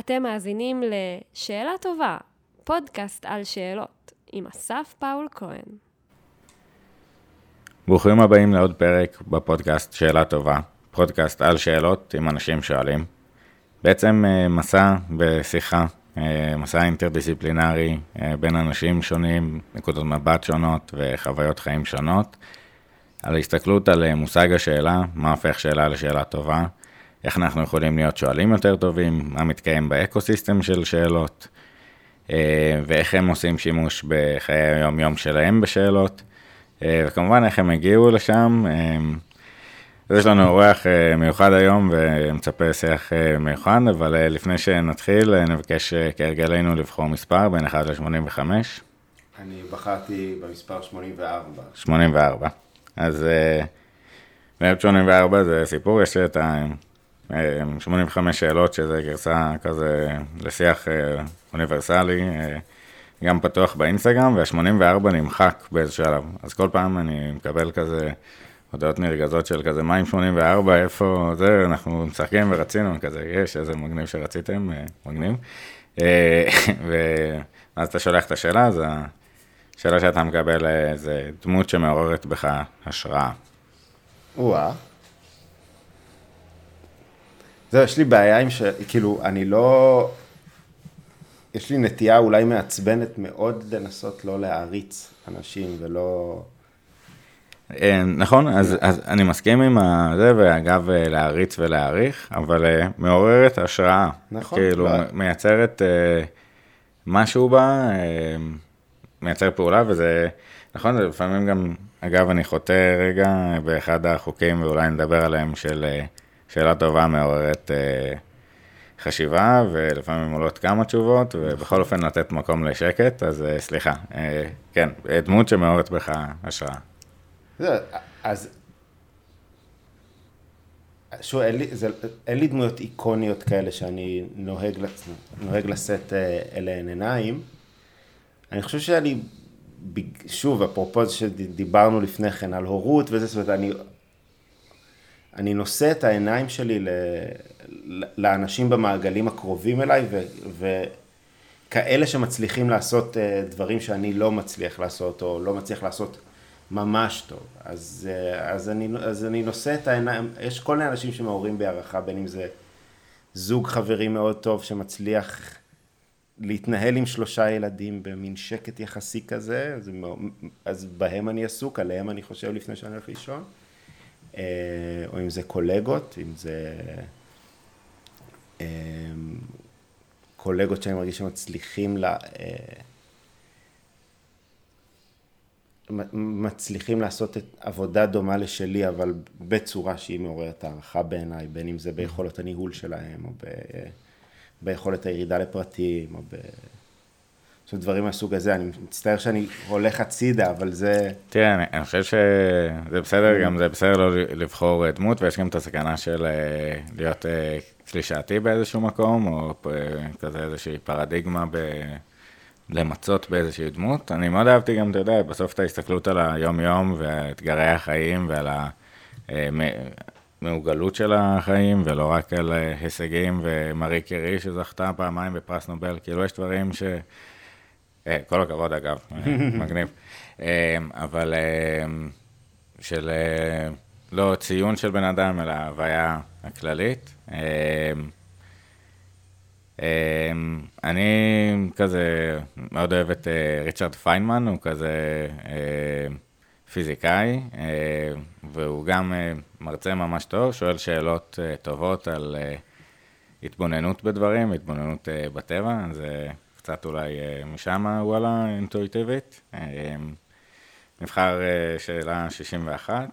אתם מאזינים לשאלה טובה, פודקאסט על שאלות, עם אסף פאול כהן. ברוכים הבאים לעוד פרק בפודקאסט שאלה טובה, פודקאסט על שאלות עם אנשים שואלים. בעצם מסע בשיחה, מסע אינטרדיסציפלינרי בין אנשים שונים, נקודות מבט שונות וחוויות חיים שונות, על ההסתכלות על מושג השאלה, מה הופך שאלה לשאלה טובה, איך אנחנו יכולים להיות שואלים יותר טובים, מה מתקיים באקוסיסטם של שאלות, ואיך הם עושים שימוש בחיי היום-יום שלהם בשאלות, וכמובן איך הם הגיעו לשם. יש לנו אורח מיוחד היום ומצפה שיח מיוחד, אבל לפני שנתחיל נבקש כהרגלנו לבחור מספר בין 1 ל-85. אני בחרתי במספר 84. 84. אז באמת 84 זה סיפור, יש את 85 שאלות שזה גרסה כזה לשיח אוניברסלי, גם פתוח באינסטגרם, וה-84 נמחק באיזה שלב. אז כל פעם אני מקבל כזה הודעות נרגזות של כזה, מה עם 84, איפה זה, אנחנו משחקים ורצינו, כזה, יש איזה מגניב שרציתם, מגניב. ואז אתה שולח את השאלה, אז השאלה שאתה מקבל זה דמות שמעוררת בך השראה. וואה. זהו, יש לי בעיה עם כאילו, אני לא... יש לי נטייה אולי מעצבנת מאוד לנסות לא להעריץ אנשים ולא... נכון, אז אני מסכים עם זה, ואגב להעריץ ולהעריך, אבל מעוררת השראה. נכון. כאילו מייצרת משהו בה, מייצר פעולה, וזה, נכון, זה לפעמים גם, אגב אני חוטא רגע באחד החוקים, ואולי נדבר עליהם של שאלה טובה מעוררת חשיבה, ולפעמים עולות כמה תשובות, ובכל אופן לתת מקום לשקט, אז סליחה, כן, דמות שמעוררת בך השראה. אז שוב, אין לי דמויות איקוניות כאלה שאני נוהג לשאת אליהן עיניים. אני חושב שאני, שוב, אפרופו שדיברנו לפני כן על הורות וזה, זאת אומרת, אני נושא את העיניים שלי לאנשים במעגלים הקרובים אליי, וכאלה שמצליחים לעשות דברים שאני לא מצליח לעשות, או לא מצליח לעשות ממש טוב. אז אני נושא את העיניים, יש כל מיני אנשים שמעוררים בהערכה, בין אם זה זוג חברים מאוד טוב שמצליח להתנהל עם 3 ילדים במין שקט יחסי כזה, אז בהם אני עסוק, עליהם אני חושב לפני שאני הולך לישון. או אם זה קולגות, אם זה קולגות שאני מרגיש מצליחים לעשות את עבודה דומה לשלי, אבל בצורה שהיא מעוררת הערכה בעיניי, בין אם זה ביכולת הניהול שלהם, או ביכולת הירידה לפרטים, או זאת דברים מהסוג הזה. אני מצטער שאני הולך הצידה, אבל זה... תראה, אני חושב שזה בסדר, גם זה בסדר לא לבחור דמות, ויש גם את הסכנה של להיות קלישאתי באיזשהו מקום, או כזה איזושהי פרדיגמה למצות באיזושהי דמות. אני מאוד אהבתי גם, אתה יודע, בסוף את ההסתכלות על היום-יום, ואתגרי החיים, ועל המעוגלות של החיים, ולא רק על הישגים, ומרי קרי שזכתה פעמיים בפרס נובל, כאילו יש דברים כל הכבוד אגב, מגניב. אבל של לא ציון של בן אדם, אלא הוויה הכללית. אני כזה מאוד אוהב את ריצ'רד פיינמן, הוא כזה פיזיקאי, והוא גם מרצה ממש טוב, שואל שאלות טובות על התבוננות בדברים, התבוננות בטבע, אז קצת אולי משם וואלה אינטואיטיבית. נבחר שאלה 61.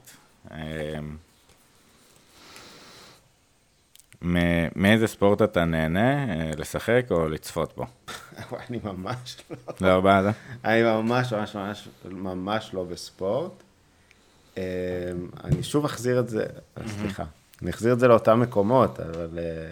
מאיזה ספורט אתה נהנה לשחק או לצפות בו? אני ממש לא. לא בעד? אני ממש לא בספורט. אני שוב אחזיר את זה, סליחה. אני אחזיר את זה לאותם מקומות, אבל...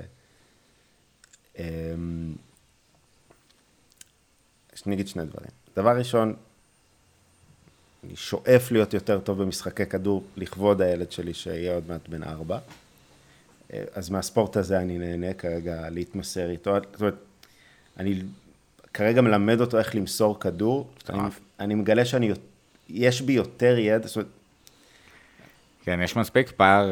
נגיד 2 דברים. דבר ראשון, אני שואף להיות יותר טוב במשחקי כדור לכבוד הילד שלי שיהיה עוד מעט בן 4. אז מהספורט הזה אני נהנה כרגע להתמסר איתו. זאת אומרת, אני כרגע מלמד אותו איך למסור כדור. אני מגלה יש בי יותר ידע, זאת אומרת, כן, יש מספיק פער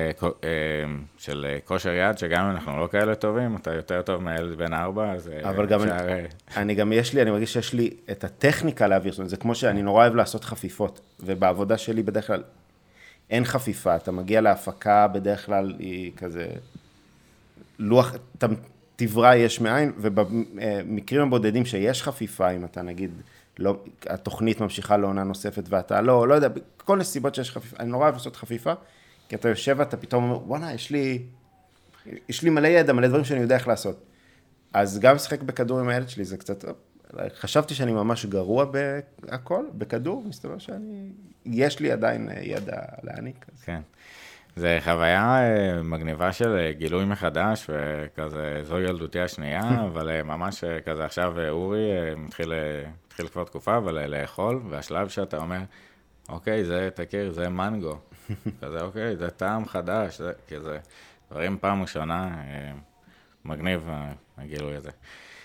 של כושר יד, שגם אם אנחנו לא כאלה טובים, אתה יותר טוב מהילד בן 4, אז אבל גם אני מרגיש שיש לי את הטכניקה להעביר, זאת אומרת, זה כמו שאני נורא אוהב לעשות חפיפות, ובעבודה שלי בדרך כלל אין חפיפה, אתה מגיע להפקה, בדרך כלל היא כזה, לוח, תברא יש מאין, ובמקרים הבודדים שיש חפיפה, אם אתה נגיד, לא, התוכנית ממשיכה לעונה נוספת, ואתה לא יודע, כל נסיבות שיש חפיפה, אני נורא אוהב לעשות חפיפה, כי אתה יושב ואתה פתאום אומר, וואנה, יש לי מלא ידע, מלא דברים שאני יודע איך לעשות. אז גם לשחק בכדור עם הילד שלי, זה קצת, חשבתי שאני ממש גרוע בהכל, בכדור, מסתבר יש לי עדיין ידע להעניק. כן. זה חוויה מגניבה של גילוי מחדש, וכזה, זו ילדותי השנייה, אבל ממש כזה עכשיו אורי מתחיל כבר תקופה, אבל לאכול, והשלב שאתה אומר, אוקיי, זה תכיר, זה מנגו. כזה, אוקיי, זה טעם חדש, זה כזה, דברים פעם ראשונה, מגניב הגילוי הזה.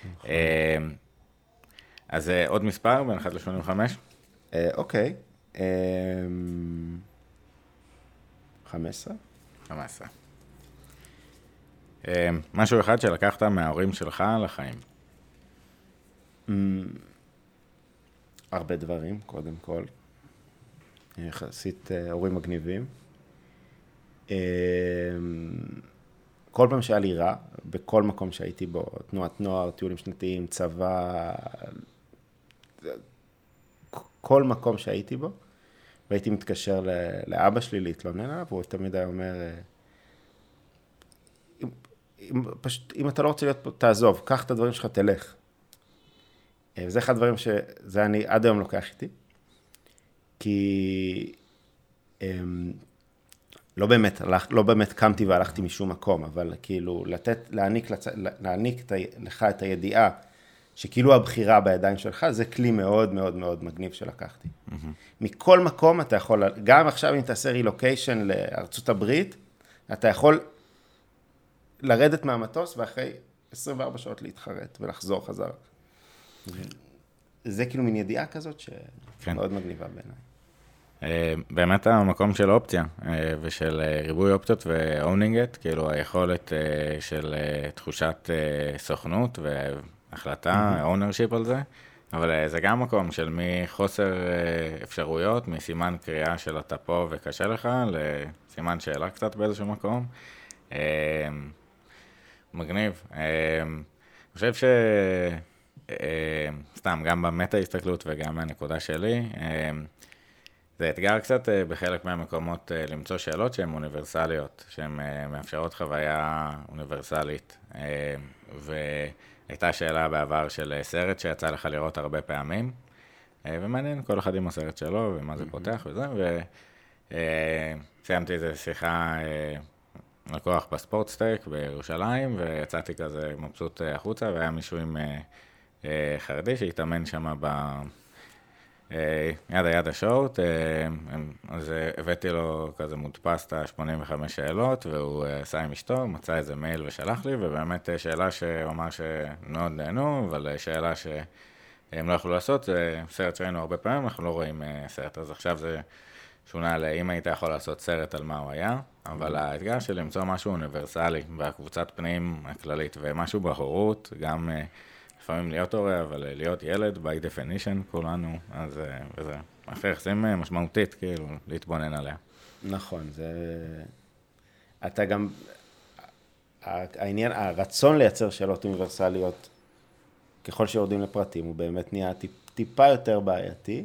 אז עוד מספר, בין 1 ל-85? אוקיי. 15. משהו אחד שלקחת מההורים שלך לחיים? הרבה דברים, קודם כל. יחסית הורים מגניבים. כל פעם שהיה לי רע, בכל מקום שהייתי בו, תנועת נוער, טיולים שנתיים, צבא, כל מקום שהייתי בו, והייתי מתקשר לאבא שלי להתלונן עליו, והוא תמיד היה אומר, אם אתה לא רוצה להיות פה, תעזוב, קח את הדברים שלך, תלך. וזה אחד הדברים שזה אני עד היום לוקח איתי, כי לא באמת קמתי והלכתי משום מקום, אבל כאילו להעניק לך את הידיעה, שכאילו הבחירה בידיים שלך, זה כלי מאוד מאוד מאוד מגניב שלקחתי. מכל מקום אתה יכול, גם עכשיו אם תעשה רילוקיישן לארצות הברית, אתה יכול לרדת מהמטוס ואחרי 24 שעות להתחרט ולחזור חזרה. זה כאילו מין ידיעה כזאת שמאוד מגניבה בעיניי. באמת המקום של אופציה ושל ריבוי אופציות ו-owning it, כאילו היכולת של תחושת סוכנות והחלטה, ownership על זה, אבל זה גם מקום של מחוסר אפשרויות, מסימן קריאה של אתה פה וקשה לך, לסימן שאלה קצת באיזשהו מקום. מגניב. אני חושב סתם, גם במטה הסתכלות וגם מהנקודה שלי, זה אתגר קצת בחלק מהמקומות למצוא שאלות שהן אוניברסליות, שהן מאפשרות חוויה אוניברסלית, והייתה שאלה בעבר של סרט שיצא לך לראות הרבה פעמים, ומעניין כל אחד עם הסרט שלו ומה זה פותח וזה, וסיימתי איזו שיחה לקוח בספורטסטייק בירושלים, ויצאתי כזה מבסוט החוצה, והיה מישהו עם חרדי שהתאמן שם יד השורט, אז הבאתי לו כזה מודפס את ה-85 שאלות, והוא עשה עם אשתו, מצא איזה מייל ושלח לי, ובאמת שאלה שהוא אמר שמאוד נהנו, אבל שאלה שהם לא יכלו לעשות, זה סרט שראינו הרבה פעמים, אנחנו לא רואים סרט, אז עכשיו זה שונה לאם היית יכול לעשות סרט על מה הוא היה, אבל האתגר של למצוא משהו אוניברסלי, בקבוצת פנים הכללית, ומשהו בהורות, גם לפעמים להיות הורה, אבל להיות ילד, by definition, כולנו, אז וזה אחרי יחסים משמעותית, כאילו, להתבונן עליה. נכון, זה... אתה גם... העניין, הרצון לייצר שאלות אוניברסליות, ככל שיורדים לפרטים, הוא באמת נהיה טיפה יותר בעייתי,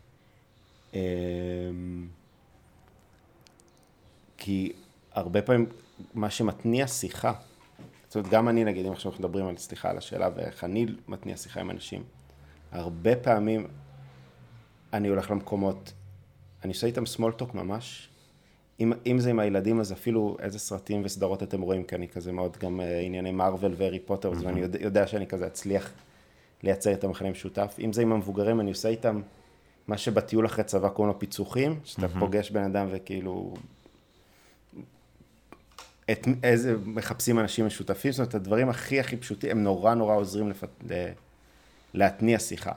כי הרבה פעמים מה שמתניע שיחה, זאת אומרת, גם אני נגיד, אם עכשיו אנחנו מדברים על השאלה ואיך אני מתניע שיחה עם אנשים, הרבה פעמים אני הולך למקומות, אני עושה איתם small talk ממש, אם זה עם הילדים, אז אפילו איזה סרטים וסדרות אתם רואים, כי אני כזה מאוד גם ענייני מרוול והרי פוטר, ואני יודע שאני כזה אצליח לייצר את המכנה משותף. אם זה עם המבוגרים, אני עושה איתם מה שבטיול אחרי צבא קוראים לו פיצוחים, שאתה פוגש בן אדם וכאילו איזה מחפשים אנשים משותפים, זאת אומרת, הדברים הכי פשוטים, הם נורא עוזרים להתניע שיחה.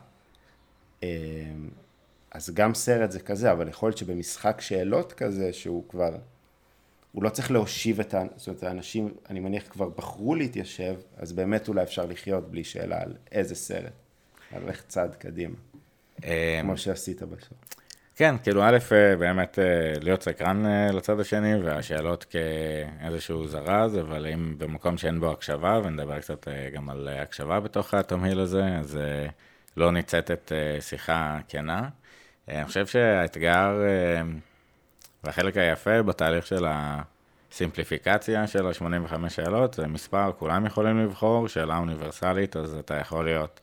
אז גם סרט זה כזה, אבל יכול להיות שבמשחק שאלות כזה, שהוא כבר, הוא לא צריך להושיב זאת אומרת, האנשים, אני מניח, כבר בחרו להתיישב, אז באמת אולי אפשר לחיות בלי שאלה על איזה סרט, על איך צעד קדימה, כמו שעשית בסוף. כן, כאילו א', באמת להיות סקרן לצד השני, והשאלות כאיזשהו זרז, אבל אם במקום שאין בו הקשבה, ונדבר קצת גם על הקשבה בתוך התמהיל הזה, אז לא ניצתת שיחה כנה. אני חושב שהאתגר והחלק היפה בתהליך של הסימפליפיקציה של ה-85 שאלות, זה מספר, כולם יכולים לבחור, שאלה אוניברסלית, אז אתה יכול להיות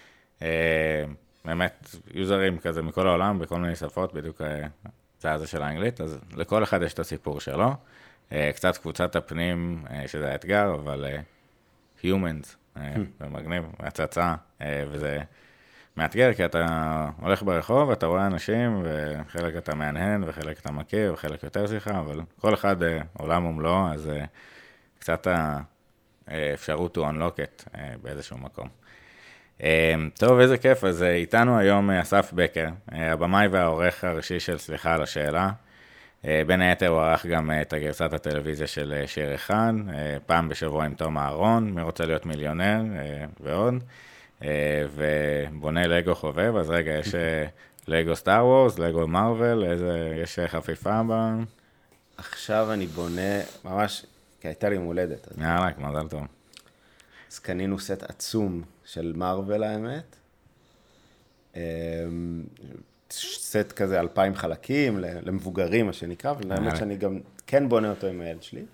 באמת יוזרים כזה מכל העולם, בכל מיני שפות, בדיוק זה הזה של האנגלית, אז לכל אחד יש את הסיפור שלו, קצת קבוצת הפנים, שזה האתגר, אבל humans, זה מגניב, הצצה, וזה מאתגר, כי אתה הולך ברחוב, אתה רואה אנשים, וחלק אתה מענהן, וחלק אתה מכיר, וחלק יותר שיחה, אבל כל אחד עולם ומלואו, אז קצת האפשרות הוא unlock it באיזשהו מקום. טוב, איזה כיף, אז איתנו היום אסף בקר, הבמאי והעורך הראשי של סליחה על השאלה. בין היתר הוא ערך גם את גרסת הטלוויזיה של שיר אחד, פעם בשבוע עם תום אהרון, מי רוצה להיות מיליונר ועוד. ובונה לגו חובב, אז רגע, יש לגו סטאר וורס, לגו מרוול, יש חפיפה ב... עכשיו אני בונה, ממש, כי הייתה לי מולדת. יאללה, מזל טוב. אז קנינו סט עצום של מרוול, האמת. סט כזה 2,000 חלקים, למבוגרים, מה שנקרא, אבל האמת שאני גם כן בונה אותו עם הילד שלי.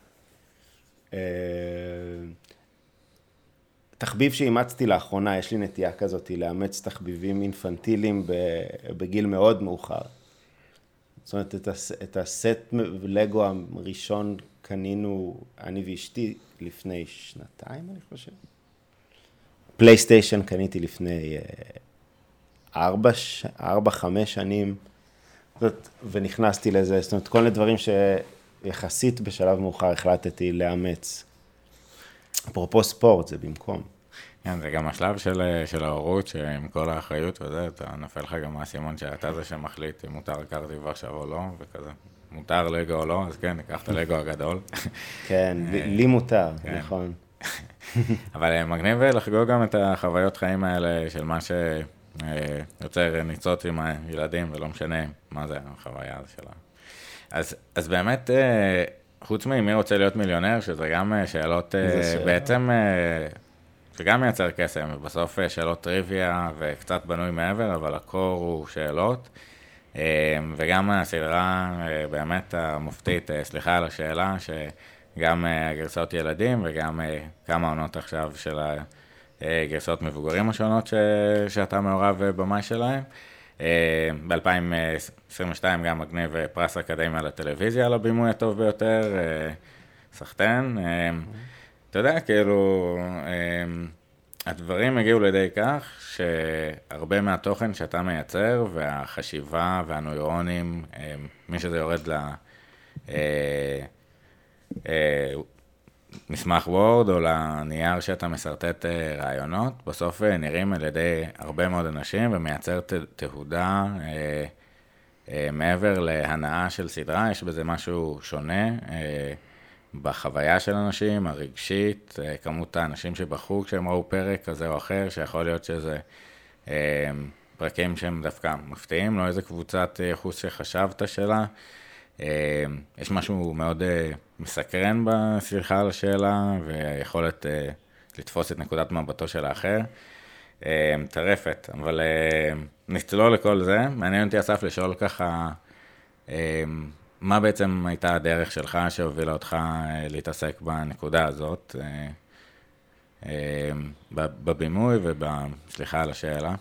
תחביב שאימצתי לאחרונה, יש לי נטייה כזאת לאמץ תחביבים אינפנטיליים בגיל מאוד מאוחר. זאת אומרת, את הסט לגו הראשון קנינו, אני ואשתי, לפני 2 אני חושב. פלייסטיישן קניתי לפני 4-5 שנים, ונכנסתי לזה, זאת אומרת, כל מיני דברים שיחסית בשלב מאוחר החלטתי לאמץ. אפרופו ספורט, זה במקום. כן, זה גם השלב של ההורות, שעם כל האחריות וזה, אתה נופל לך גם מהסימון שאתה זה שמחליט אם מותר קרטיב עכשיו או לא, וכזה, מותר לגו או לא, אז כן, ניקח את הלגו הגדול. כן, לי מותר, נכון. אבל מגניב לחגוג גם את החוויות חיים האלה של מה שיוצר ניצוץ עם הילדים, ולא משנה מה זה החוויה שלה. אז באמת, חוץ ממי רוצה להיות מיליונר, שזה גם שאלות בעצם, שגם מייצר קסם, בסוף שאלות טריוויה וקצת בנוי מעבר, אבל הקור הוא שאלות, וגם הסדרה באמת המופתית, סליחה על השאלה, שגם גרסאות ילדים וגם כמה עונות עכשיו של הגרסאות מבוגרים השונות שאתה מעורב במאי שלהם. ב-2022 גם מגניב פרס אקדמיה לטלוויזיה, לבימוי הטוב ביותר, סחטן. אתה יודע, כאילו, הדברים הגיעו לידי כך שהרבה מהתוכן שאתה מייצר, והחשיבה והנוירונים, מי שזה יורד מסמך וורד או לנייר שאתה מסרטט רעיונות, בסוף נראים על ידי הרבה מאוד אנשים ומייצר תהודה מעבר להנאה של סדרה, יש בזה משהו שונה בחוויה של אנשים, הרגשית, כמות האנשים שבחרו כשהם ראו פרק כזה או אחר, שיכול להיות שזה פרקים שהם דווקא מפתיעים, לא איזה קבוצת ייחוס שחשבת שלה. יש משהו מאוד מסקרן בסליחה על השאלה, ויכולת לתפוס את נקודת מבטו של האחר. מטרפת, אבל נצלול לכל זה. מעניין אותי אסף לשאול ככה, מה בעצם הייתה הדרך שלך שהובילה אותך להתעסק בנקודה הזאת, בבימוי ובסליחה על השאלה?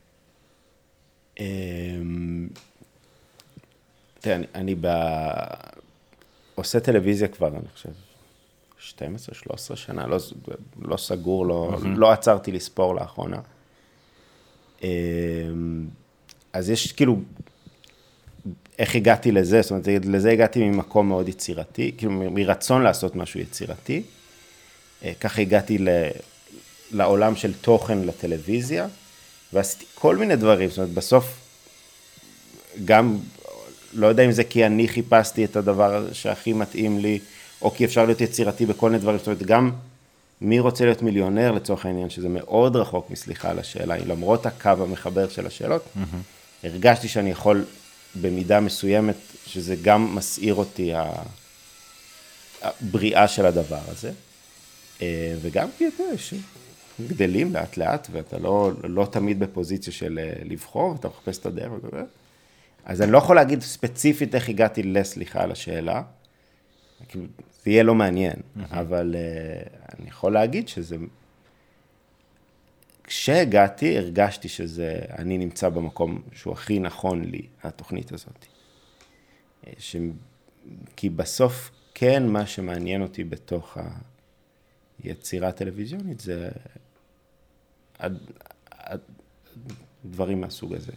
תראה, אני עושה טלוויזיה כבר, אני חושב, 12-13 שנה, לא סגור, לא עצרתי לספור לאחרונה. אז יש כאילו, איך הגעתי לזה? זאת אומרת, לזה הגעתי ממקום מאוד יצירתי, כאילו מרצון לעשות משהו יצירתי. ככה הגעתי לעולם של תוכן לטלוויזיה, ועשיתי כל מיני דברים, זאת אומרת, בסוף, גם, לא יודע אם זה כי אני חיפשתי את הדבר שהכי מתאים לי, או כי אפשר להיות יצירתי בכל מיני דברים, זאת אומרת, גם מי רוצה להיות מיליונר לצורך העניין, שזה מאוד רחוק מסליחה על השאלה, למרות הקו המחבר של השאלות, הרגשתי שאני יכול במידה מסוימת, שזה גם מסעיר אותי הבריאה של הדבר הזה, וגם כי אתה גדלים לאט לאט, ואתה לא תמיד בפוזיציה של לבחור, ואתה מחפש את הדרך וכו'. אז אני לא יכול להגיד ספציפית איך הגעתי לסליחה על השאלה, זה יהיה לא מעניין, אבל אני יכול להגיד שזה, כשהגעתי, הרגשתי שזה, אני נמצא במקום שהוא הכי נכון לי, התוכנית הזאת. כי בסוף, כן, מה שמעניין אותי בתוך היצירה הטלוויזיונית, זה דברים מהסוג הזה.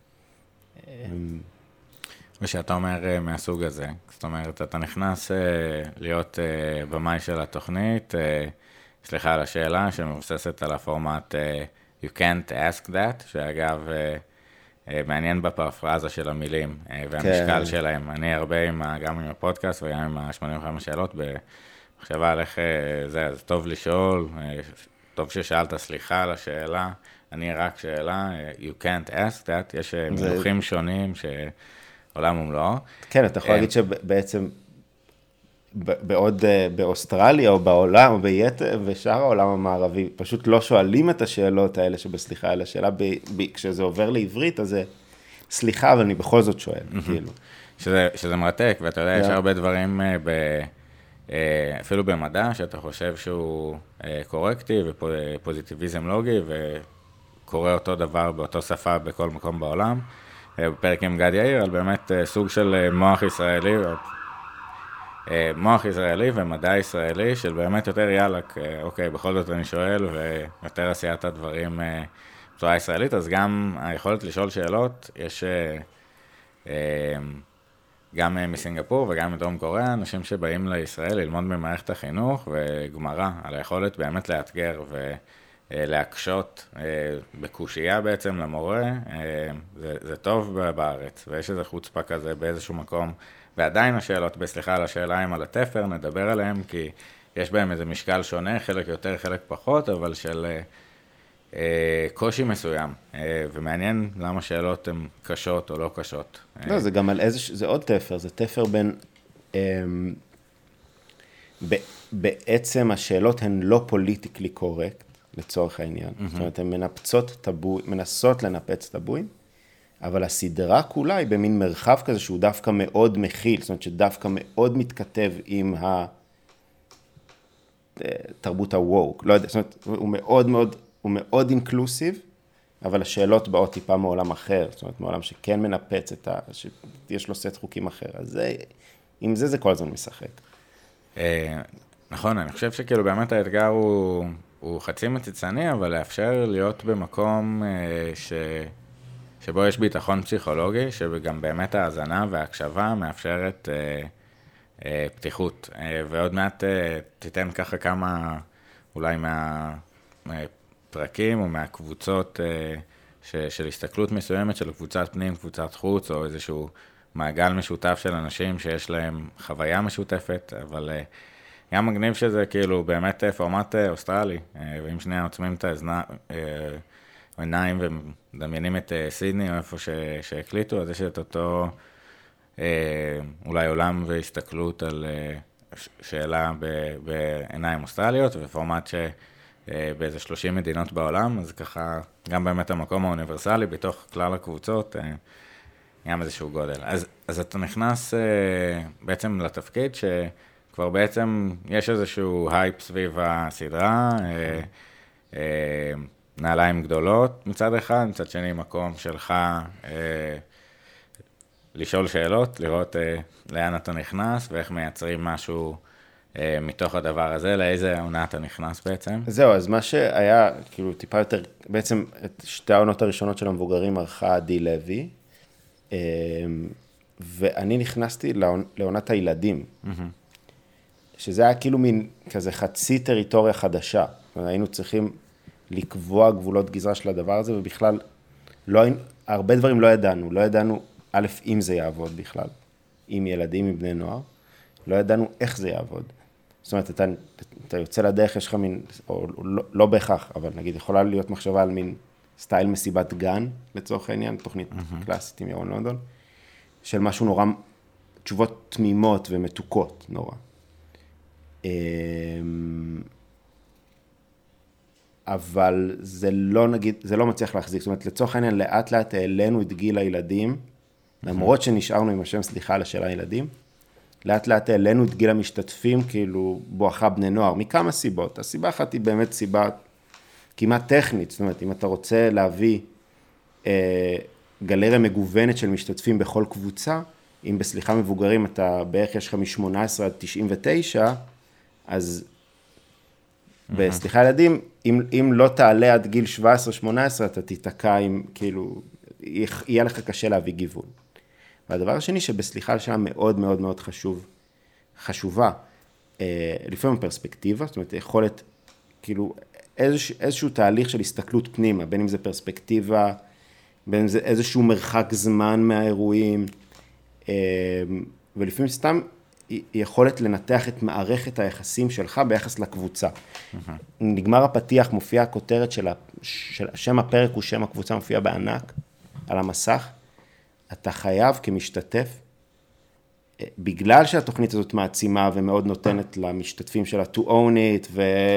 ושאתה אומר מהסוג הזה, זאת אומרת, אתה נכנס להיות במאי של התוכנית, סליחה על השאלה, שמבוססת על הפורמט You can't ask that, שאגב, מעניין בפרפרזה של המילים והמשקל שלהם. אני הרבה גם עם הפודקאסט וגם עם ה-85 שאלות, במחשבה על איך זה טוב לשאול, טוב ששאלת סליחה על השאלה, אני רק שאלה, You can't ask that, יש מינוחים שונים שעולם ומלואו. כן, אתה יכול להגיד שבעצם באוסטרליה או בעולם או בשאר העולם המערבי, פשוט לא שואלים את השאלות האלה שבסליחה על השאלה, כשזה עובר לעברית, אז זה סליחה, אבל אני בכל זאת שואל, כאילו. שזה מרתק, ואתה יודע, יש הרבה דברים אפילו במדע, שאתה חושב שהוא קורקטי ופוזיטיביזם לוגי, וקורא אותו דבר באותו שפה בכל מקום בעולם. בפרק עם גד יאיר, על באמת סוג של מוח ישראלי ומדע ישראלי, של באמת יותר יאללה, אוקיי, בכל זאת אני שואל, ויותר עשיית הדברים בצורה ישראלית, אז גם היכולת לשאול שאלות, יש גם מסינגפור וגם מדרום קוריאה, אנשים שבאים לישראל ללמוד במערכת החינוך, וגמרא על היכולת באמת לאתגר ולהקשות בקושייה בעצם למורה, זה טוב בארץ, ויש איזו חוצפה כזה באיזשהו מקום, ועדיין השאלות, בסליחה על השאלה הם על התפר, נדבר עליהם, כי יש בהם איזה משקל שונה, חלק יותר, חלק פחות, אבל של קושי מסוים, ומעניין למה שאלות הן קשות או לא קשות. לא, זה גם על זה עוד תפר, זה תפר בין, בעצם השאלות הן לא פוליטיקלי קורקט, לצורך העניין. זאת אומרת, הן מנסות לנפץ טבואים, אבל הסדרה כולה היא במין מרחב כזה שהוא דווקא מאוד מכיל, זאת אומרת שדווקא מאוד מתכתב עם תרבות הווק, לא יודע, זאת אומרת, הוא מאוד אינקלוסיב, אבל השאלות באות טיפה מעולם אחר, זאת אומרת, מעולם שכן מנפץ שיש לו סט חוקים אחר, אז עם זה כל הזמן משחק. נכון, אני חושב שכאילו באמת האתגר הוא חצי מציצני, אבל לאפשר להיות במקום שבו יש ביטחון פסיכולוגי, שגם באמת ההאזנה וההקשבה מאפשרת פתיחות. ועוד מעט תיתן ככה כמה, אולי מהפרקים או מהקבוצות של הסתכלות מסוימת של קבוצת פנים, קבוצת חוץ, או איזשהו מעגל משותף של אנשים שיש להם חוויה משותפת, אבל גם מגניב שזה כאילו באמת פורמט אוסטרלי, ואם שנייה עוצמים את העיניים ומדמיינים את סידני או איפה שהקליטו, אז יש את אותו אולי עולם והסתכלות על שאלה בעיניים אוסטרליות, ופורמט שבאיזה 30 מדינות בעולם, אז ככה גם באמת המקום האוניברסלי בתוך כלל הקבוצות, גם איזשהו גודל. אז אתה נכנס בעצם לתפקיד שכבר בעצם יש איזשהו הייפ סביב הסדרה, נעליים גדולות מצד אחד, מצד שני מקום שלך לשאול שאלות, לראות לאן אתה נכנס ואיך מייצרים משהו מתוך הדבר הזה, לאיזה עונה אתה נכנס בעצם. זהו, אז מה שהיה כאילו טיפה יותר, בעצם את שתי העונות הראשונות של המבוגרים ערכה עדי לוי, ואני נכנסתי לעונת הילדים, שזה היה כאילו מין כזה חצי טריטוריה חדשה. זאת אומרת, היינו צריכים לקבוע גבולות גזרה של הדבר הזה, ובכלל, הרבה דברים לא ידענו, א', אם זה יעבוד בכלל, עם ילדים, עם בני נוער, לא ידענו איך זה יעבוד. זאת אומרת, אתה יוצא לדרך, יש לך מין, או לא בהכרח, אבל נגיד, יכולה להיות מחשבה על מין סטייל מסיבת גן, לצורך העניין, תוכנית קלאסית עם ירון לונדון, של משהו נורא, תשובות תמימות ומתוקות, נורא. אבל זה לא, נגיד, זה לא מצליח להחזיק. זאת אומרת, לצורך העניין, לאט לאט העלינו את גיל הילדים, למרות שנשארנו עם השם, סליחה, לשאלה הילדים, לאט לאט העלינו את גיל המשתתפים, כאילו, בואכה בני נוער, מכמה סיבות. הסיבה אחת היא באמת סיבה כמעט טכנית, זאת אומרת, אם אתה רוצה להביא גלריה מגוונת של משתתפים בכל קבוצה, אם בסליחה מבוגרים אתה בערך יש לך מ-18 עד 99, אז בסליחה ילדים, אם לא תעלה עד גיל 17-18, אתה תיתקע עם, כאילו, יהיה לך קשה להביא גיוון. והדבר השני שבסליחה לשאלה מאוד מאוד מאוד חשובה, לפעמים פרספקטיבה, זאת אומרת, יכולת, כאילו, איזשהו תהליך של הסתכלות פנימה, בין אם זה פרספקטיבה, בין אם זה איזשהו מרחק זמן מהאירועים, ולפעמים סתם יכולת לנתח את מערכת היחסים שלך ביחס לקבוצה. נגמר הפתיח, מופיע הכותרת של שם הפרק הוא שם הקבוצה, מופיע בענק על המסך. אתה חייב כמשתתף, בגלל שהתוכנית הזאת מעצימה ומאוד נותנת למשתתפים שלה to own it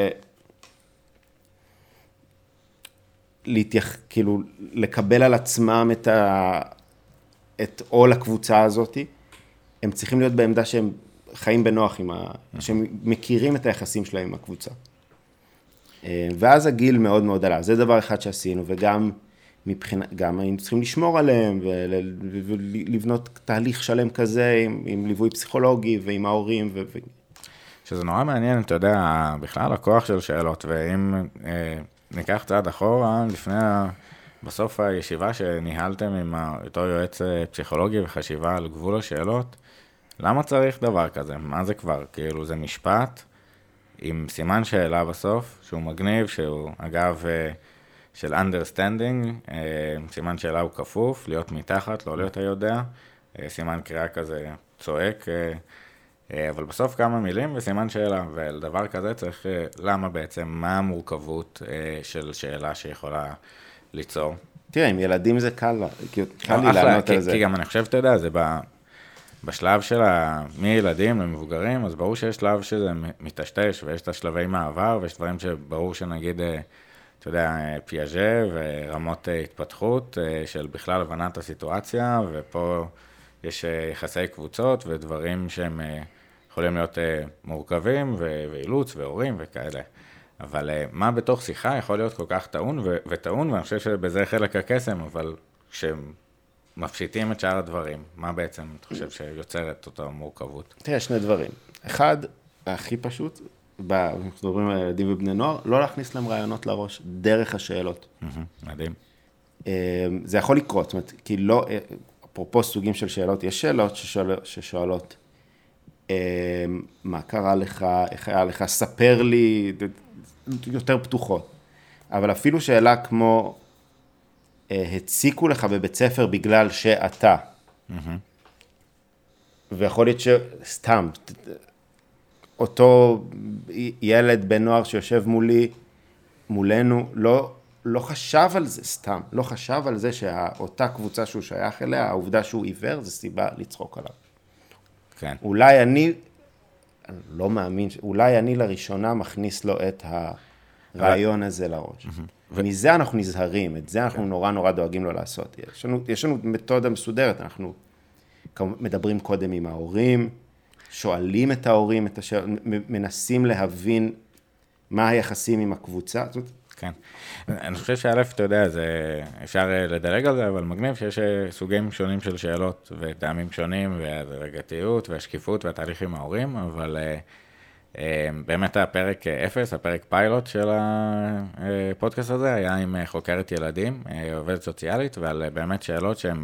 כאילו לקבל על עצמם את עול הקבוצה הזאת, הם צריכים להיות בעמדה שהם חיים בנוח שהם מכירים את היחסים שלהם עם הקבוצה. ואז הגיל מאוד מאוד עלה. זה דבר אחד שעשינו, וגם גם היינו צריכים לשמור עליהם, ולבנות תהליך שלם כזה, עם ליווי פסיכולוגי, ועם ההורים. שזה נורא מעניין, אתה יודע, בכלל הכוח של שאלות, ואם ניקח צעד אחורה, בסוף הישיבה שניהלתם עם אותו יועץ פסיכולוגי וחשיבה על גבול השאלות, למה צריך דבר כזה? מה זה כבר? כאילו זה משפט עם סימן שאלה בסוף, שהוא מגניב, שהוא אגב של understanding, סימן שאלה הוא כפוף, להיות מתחת, לא להיות היודע, סימן קריאה כזה צועק, אבל בסוף כמה מילים וסימן שאלה, ולדבר כזה צריך, למה בעצם, מה המורכבות של שאלה שיכולה ליצור? תראה, עם ילדים זה קל לי לענות על זה. כי גם אני חושב, אתה יודע, זה בשלב של מילדים למבוגרים, אז ברור שיש שלב שזה מתשתש, ויש את השלבי מעבר, ויש דברים שברור שנגיד, אתה יודע, פיאז'ה ורמות התפתחות של בכלל הבנת הסיטואציה, ופה יש יחסי קבוצות ודברים שהם יכולים להיות מורכבים, ואילוץ והורים וכאלה. אבל מה בתוך שיחה יכול להיות כל כך טעון וטעון, ואני חושב שבזה חלק הקסם, אבל כשמפשיטים את שאר הדברים, מה בעצם אתה חושב שיוצר את אותה מורכבות? תראה, שני דברים. אחד, הכי פשוט, אנחנו מדברים על ילדים ובני נוער, לא להכניס להם רעיונות לראש דרך השאלות. מדהים. זה יכול לקרות, זאת אומרת, כי לא, אפרופו סוגים של שאלות, יש שאלות ששואלות, מה קרה לך, איך היה לך, ספר לי, יותר פתוחות. אבל אפילו שאלה כמו, הציקו לך בבית ספר בגלל שאתה, ויכול להיות שסתם, אותו ילד בן נוער שיושב מולנו, לא חשב על זה סתם, לא חשב על זה שאותה קבוצה שהוא שייך אליה, העובדה שהוא עיוור, זה סיבה לצחוק עליו. כן. אולי אני לא מאמין, אולי אני לראשונה מכניס לו את הרעיון הזה לראש. ומזה אנחנו נזהרים, את זה אנחנו נורא נורא דואגים לו לעשות. יש לנו מתודה מסודרת, אנחנו מדברים קודם עם ההורים, שואלים את ההורים, מנסים להבין מה היחסים עם הקבוצה. כן. אני חושב שא', אתה יודע, אפשר לדלג על זה, אבל מגניב שיש סוגים שונים של שאלות וטעמים שונים, והדרגתיות והשקיפות והתהליך עם ההורים, אבל באמת הפרק 0, הפרק פיילוט של הפודקאסט הזה, היה עם חוקרת ילדים, עובדת סוציאלית, ועל באמת שאלות שהן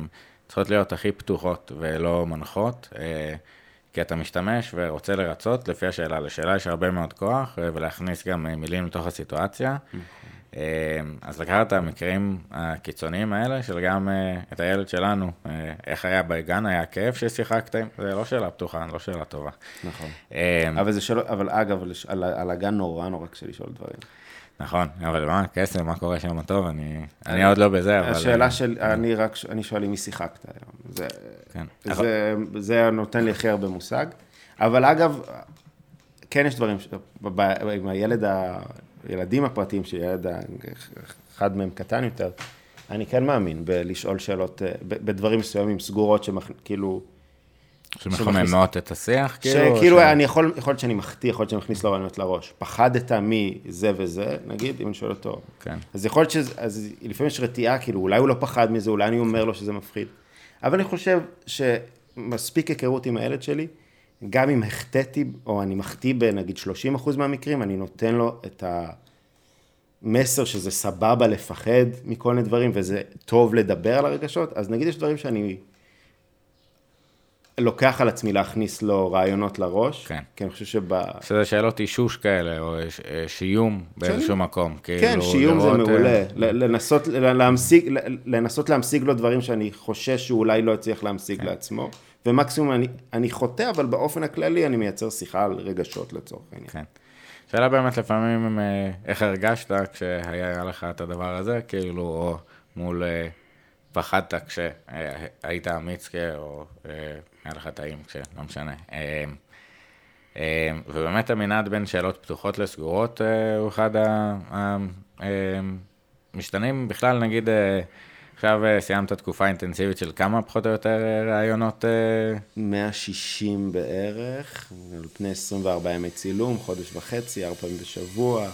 צריכות להיות הכי פתוחות ולא מנחות, כי אתה משתמש ורוצה לרצות לפי השאלה. לשאלה יש הרבה מאוד כוח, ולהכניס גם מילים לתוך הסיטואציה. אז לקחת את המקרים הקיצוניים האלה, של גם את הילד שלנו, איך היה בגן, היה כיף ששיחקתם, זה לא שאלה פתוחה, לא שאלה טובה. נכון. אבל אגב, על הגן נורא קשה לשאול דברים. נכון, אבל מה, קסם, מה קורה שם טוב, אני עוד לא בזה, אבל... השאלה של, אני שואל אם מי שיחקת היום. זה נותן לי הכי הרבה מושג. אבל אגב, כן יש דברים, עם הילדים הפרטיים, שילד אחד מהם קטן יותר, אני כן מאמין בלשאול שאלות, בדברים מסוימים סגורות כאילו... שמחממות את השיח, כאילו? שכאילו, אני יכול להיות שאני מחטיא, יכול להיות שאני מכניס לו רעיונות לראש. פחדת מזה וזה, נגיד, אם אני שואל אותו. כן. אז יכול להיות אז לפעמים יש רתיעה, כאילו, אולי הוא לא פחד מזה, אולי אני אומר לו שזה מפחיד. אבל אני חושב שמספיק היכרות עם הילד שלי, גם אם החטאתי, או אני מחטיא בנגיד 30% מהמקרים, אני נותן לו את המסר שזה סבבה לפחד מכל מיני דברים, וזה טוב לדבר על הרגשות. אז נגיד יש דברים שאני לוקח על עצמי להכניס לו רעיונות לראש. כן. כי אני חושב שזה שאלות אישוש כאלה, או שיום באיזשהו מקום. כן, שיום זה מעולה. לנסות להמשיג לו דברים שאני חושש שהוא אולי לא יצליח להמשיג לעצמו. ומקסימום אני חוטא, אבל באופן הכללי אני מייצר שיחה על רגשות לצורך העניין. כן. שאלה באמת לפעמים איך הרגשת כשהיה לך את הדבר הזה, כאילו, או מול פחדת כשהיית אמיץ, או היה לך טעים לא משנה. ובאמת המנעד בין שאלות פתוחות לסגורות הוא אחד המשתנים. בכלל נגיד, עכשיו סיימת תקופה אינטנסיבית של כמה פחות או יותר רעיונות? 160 בערך, על פני 24 ימי צילום, חודש וחצי, 4 פעמים בשבוע.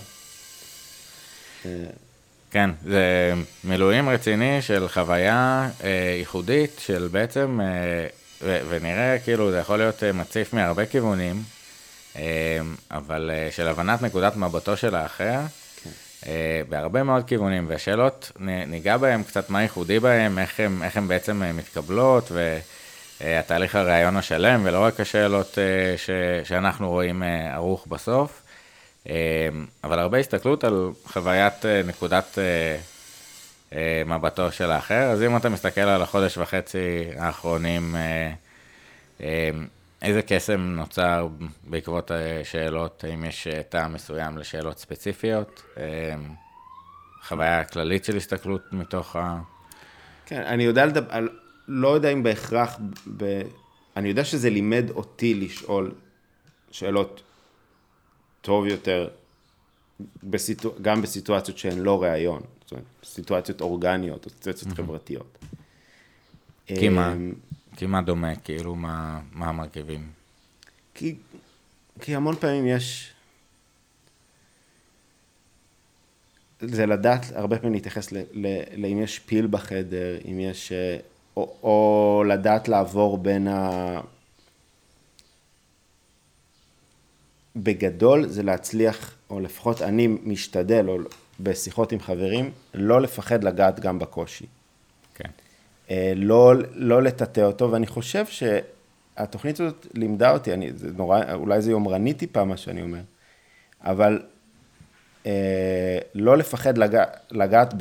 כן, זה מילואים רציני של חוויה ייחודית, של בעצם, ונראה כאילו זה יכול להיות מציף מהרבה כיוונים, אבל של הבנת נקודת מבטו של האחר, בהרבה מאוד כיוונים, והשאלות ניגע בהם קצת מה ייחודי בהם, איך הם בעצם מתקבלות, והתהליך הרעיון השלם, ולא רק השאלות שאנחנו רואים ערוך בסוף, אבל הרבה הסתכלות על חוויית נקודת מבטו של האחר. אז אם אתה מסתכל על החודש וחצי האחרונים, איזה קסם נוצר בעקבות השאלות? האם יש טעם מסוים לשאלות ספציפיות? חוויה כללית של הסתכלות מתוך כן, אני יודע לא יודע אם בהכרח, אני יודע שזה לימד אותי לשאול שאלות טוב יותר, גם בסיטואציות שהן לא רעיון, זאת אומרת, סיטואציות אורגניות, או סיטואציות חברתיות. כי מה דומה, כאילו, מה המרכיבים? כי המון פעמים יש, זה לדעת, הרבה פעמים להתייחס לאם יש פיל בחדר, אם יש, או לדעת לעבור בין בגדול זה להצליח, או לפחות אני משתדל, או בשיחות עם חברים, לא לפחד לגעת גם בקושי. כן. לא לטאטא אותו, ואני חושב שהתוכנית הזאת לימדה אותי, זה נורא, אולי זה יומרני טיפה מה שאני אומר, אבל לא לפחד לגעת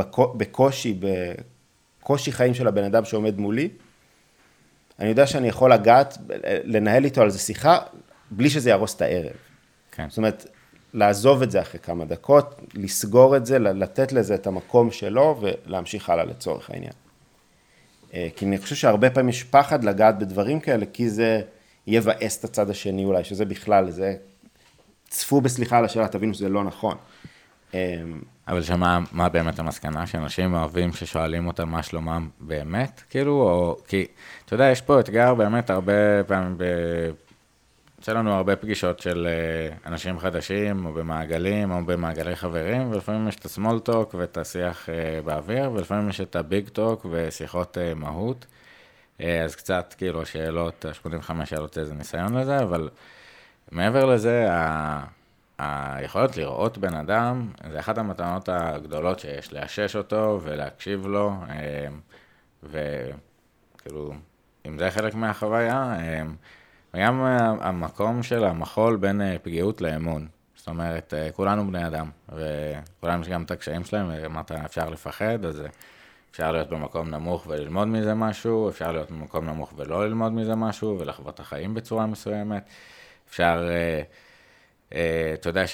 בקושי חיים של הבן אדם שעומד מולי. אני יודע שאני יכול לנהל איתו על זה שיחה, בלי שזה ירוס את הערב. כן. זאת אומרת, לעזוב את זה אחרי כמה דקות, לסגור את זה, לתת לזה את המקום שלו, ולהמשיך הלאה לצורך העניין. כי אני חושב שהרבה פעמים יש פחד לגעת בדברים כאלה, כי זה יבאס את הצד השני אולי, שזה בכלל, זה צפו בסליחה על השאלה, תבינו שזה לא נכון. אבל מה באמת המסקנה? שאנשים אוהבים ששואלים אותם מה שלומם באמת? כאילו, או, כי, אתה יודע, יש פה אתגר באמת הרבה פעמים יוצא לנו הרבה פגישות של אנשים חדשים, או במעגלים, או במעגלי חברים, ולפעמים יש את הסמול טוק ואת השיח באוויר, ולפעמים יש את הביג טוק ושיחות מהות. אז קצת, כאילו, שאלות, 85 שאלות איזה ניסיון לזה, אבל מעבר לזה, היכולת לראות בן אדם, זה אחת המתנות הגדולות שיש, לאשש אותו ולהקשיב לו, כאילו, אם זה חלק מהחוויה, וגם המקום של המחול בין פגיעות לאמון. זאת אומרת, כולנו בני אדם, וכולנו יש גם את הקשיים שלהם, אמרת, אפשר לפחד, אז אפשר להיות במקום נמוך וללמוד מזה משהו, אפשר להיות במקום נמוך ולא ללמוד מזה משהו, ולחוות את החיים בצורה מסוימת. אפשר, אתה יודע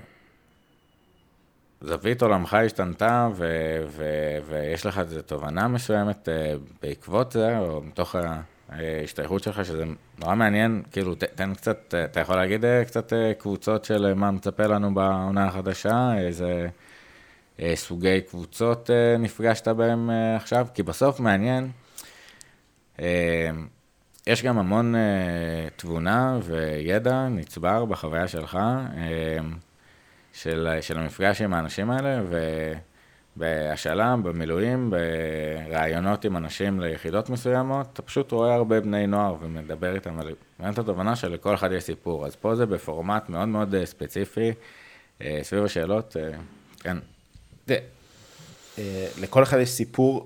זווית עולמך השתנתה, ויש לך איזו תובנה מסוימת בעקבות זה, או מתוך ההשתייכות שלך, שזה נורא מעניין, כאילו, תן קצת, אתה יכול להגיד קצת קבוצות של מה מצפה לנו בעונה החדשה, איזה סוגי קבוצות נפגשת בהם עכשיו, כי בסוף מעניין, יש גם המון תבונה וידע נצבר בחוויה שלך, של המפגש עם האנשים האלה, ובהשאלה, במילואים, ברעיונות עם אנשים ליחידות מסוימות, אתה פשוט רואה הרבה בני נוער ומדבר איתם על התובנה שלכל אחד יש סיפור. אז פה זה בפורמט מאוד מאוד ספציפי, סביב השאלות, כן. לכל אחד יש סיפור,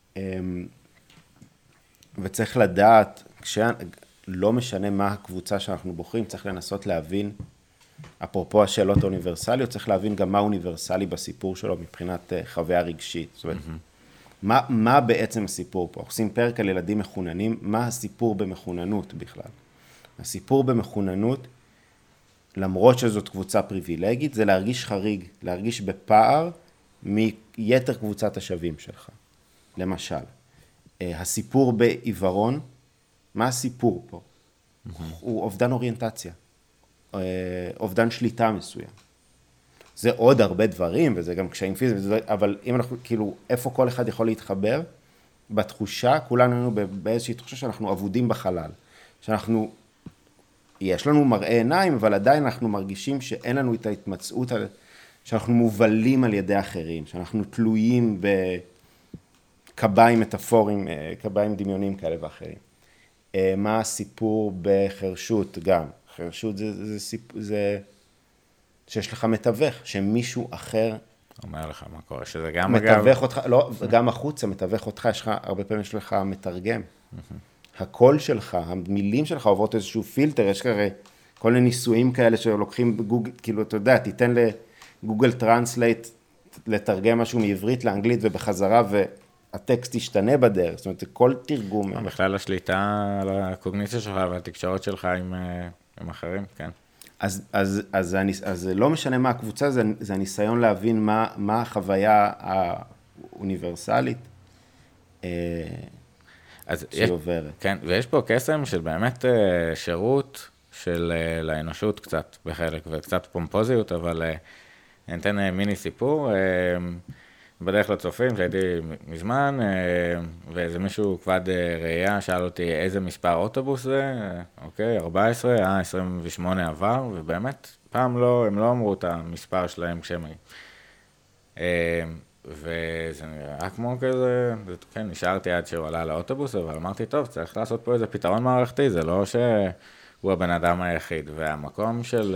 וצריך לדעת, לא משנה מה הקבוצה שאנחנו בוחרים, צריך לנסות להבין, אפרופו השאלות האוניברסליות, צריך להבין גם מה אוניברסלי בסיפור שלו מבחינת חוויה רגשית. זאת אומרת, מה בעצם הסיפור פה? עושים פרק על ילדים מחוננים, מה הסיפור במחוננות בכלל? הסיפור במחוננות, למרות שזאת קבוצה פריבילגית, זה להרגיש חריג, להרגיש בפער מיתר קבוצת השווים שלך. למשל, הסיפור בעיוורון, מה הסיפור פה? הוא אובדן אוריינטציה. אובדן שליטה מסוים. זה עוד הרבה דברים, וזה גם קשיים פיזיים, אבל אם אנחנו, כאילו, איפה כל אחד יכול להתחבר? בתחושה, כולנו היינו באיזושהי תחושה שאנחנו עבודים בחלל. שאנחנו, יש לנו מראה עיניים, אבל עדיין אנחנו מרגישים שאין לנו את ההתמצאות, שאנחנו מובלים על ידי אחרים, שאנחנו תלויים בקביים מטאפוריים, קביים דמיונים כאלה ואחרים. מה הסיפור בחרשות גם? חרשות זה שיש לך מתווך, שמישהו אחר אומר לך מה קורה, שזה גם מתווך אותך, לא, גם החוצה מתווך אותך, יש לך, הרבה פעמים יש לך מתרגם. הקול שלך, המילים שלך עוברות איזשהו פילטר, יש ככה כל מיני ניסויים כאלה שלוקחים בגוגל, כאילו אתה יודע, תיתן לגוגל טרנסלייט לתרגם משהו מעברית לאנגלית ובחזרה, והטקסט ישתנה בדרך, זאת אומרת, כל תרגום. בכלל השליטה על הקוגניציה שלך והתקשורת שלך עם אחרים, כן. אז לא משנה מה הקבוצה, זה הניסיון להבין מה החוויה האוניברסלית שהיא עוברת. כן, ויש פה קסם של באמת שירות של לאנושות קצת בחלק, וקצת פומפוזיות, אבל אני אתן מיני סיפור. בדרך לצופים, שהייתי מזמן, ואיזה מישהו כבד ראייה, שאל אותי איזה מספר אוטובוס זה, אוקיי, 14, 28 עבר, ובאמת, פעם הם לא אמרו את המספר שלהם כשהם וזה נראה כמו כזה, כן, נשארתי עד שהוא עלה לאוטובוס, אבל אמרתי, טוב, צריך לעשות פה איזה פתרון מערכתי, זה לא שהוא הבן אדם היחיד, והמקום של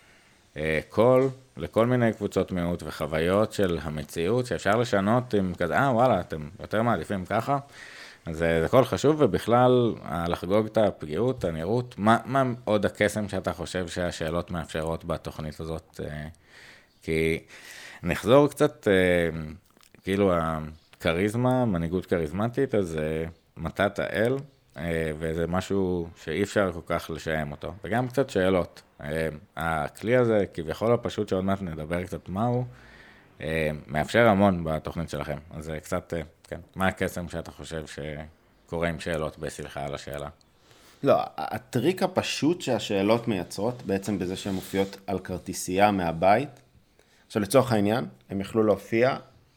לכל מיני קבוצות מיעוט וחוויות של המציאות, שאפשר לשנות עם כזה, וואלה, אתם יותר מעדיפים ככה, אז זה הכל חשוב, ובכלל, לחגוג את הפגיעות, הנראות, מה עוד הקסם שאתה חושב שהשאלות מאפשרות בתוכנית הזאת? כי נחזור קצת, כאילו הקריזמה, מנהיגות כריזמטית, אז מתת האל, וזה משהו שאי אפשר כל כך לשיים אותו, וגם קצת שאלות. הכלי הזה, כביכול הפשוט שעוד מעט נדבר קצת מהו, מאפשר המון בתוכנית שלכם. אז זה קצת, כן, מה הקסם שאתה חושב שקורה עם שאלות בסליחה על השאלה? לא, הטריק הפשוט שהשאלות מייצרות, בעצם בזה שהן מופיעות על כרטיסייה מהבית, עכשיו לצורך העניין, הם יכלו להופיע,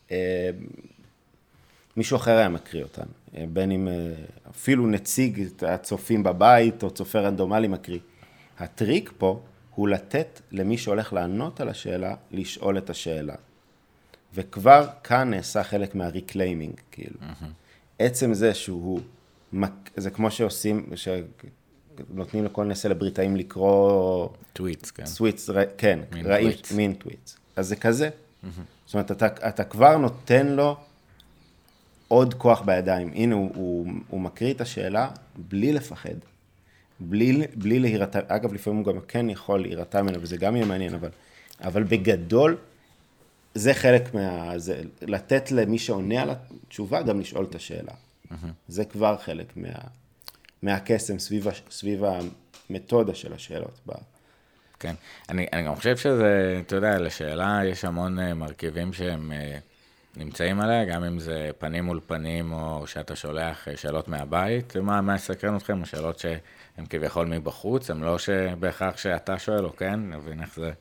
מישהו אחר היה מקריא אותן, בין אם אפילו נציג הצופים בבית, או צופה רנדומלי מקריא. הטריק פה הוא לתת למי שהולך לענות על השאלה, לשאול את השאלה. וכבר כאן נעשה חלק מהריקליימינג, כאילו. עצם זה שהוא, זה כמו שעושים, שנותנים לכל מיני סלבריטאים לקרוא טוויטס, כן. טוויטס, כן, מין טוויטס. אז זה כזה. זאת אומרת, אתה כבר נותן לו עוד כוח בידיים. הנה, הוא מקריא את השאלה בלי לפחד. בלי להירתע, אגב, לפעמים הוא גם כן יכול להירתע ממנו, וזה גם יהיה מעניין, אבל בגדול, זה חלק לתת למי שעונה על התשובה, גם לשאול את השאלה. זה כבר חלק מהקסם סביב המתודה של השאלות. כן, אני גם חושב שזה, אתה יודע, לשאלה יש המון מרכיבים שהם נמצאים עליה, גם אם זה פנים מול פנים, או שאתה שולח שאלות מהבית, מה יסקרן אתכם, או שאלות שהן כביכול מבחוץ, הם לא בהכרח שאתה שואל, או כן, נבין איך זה,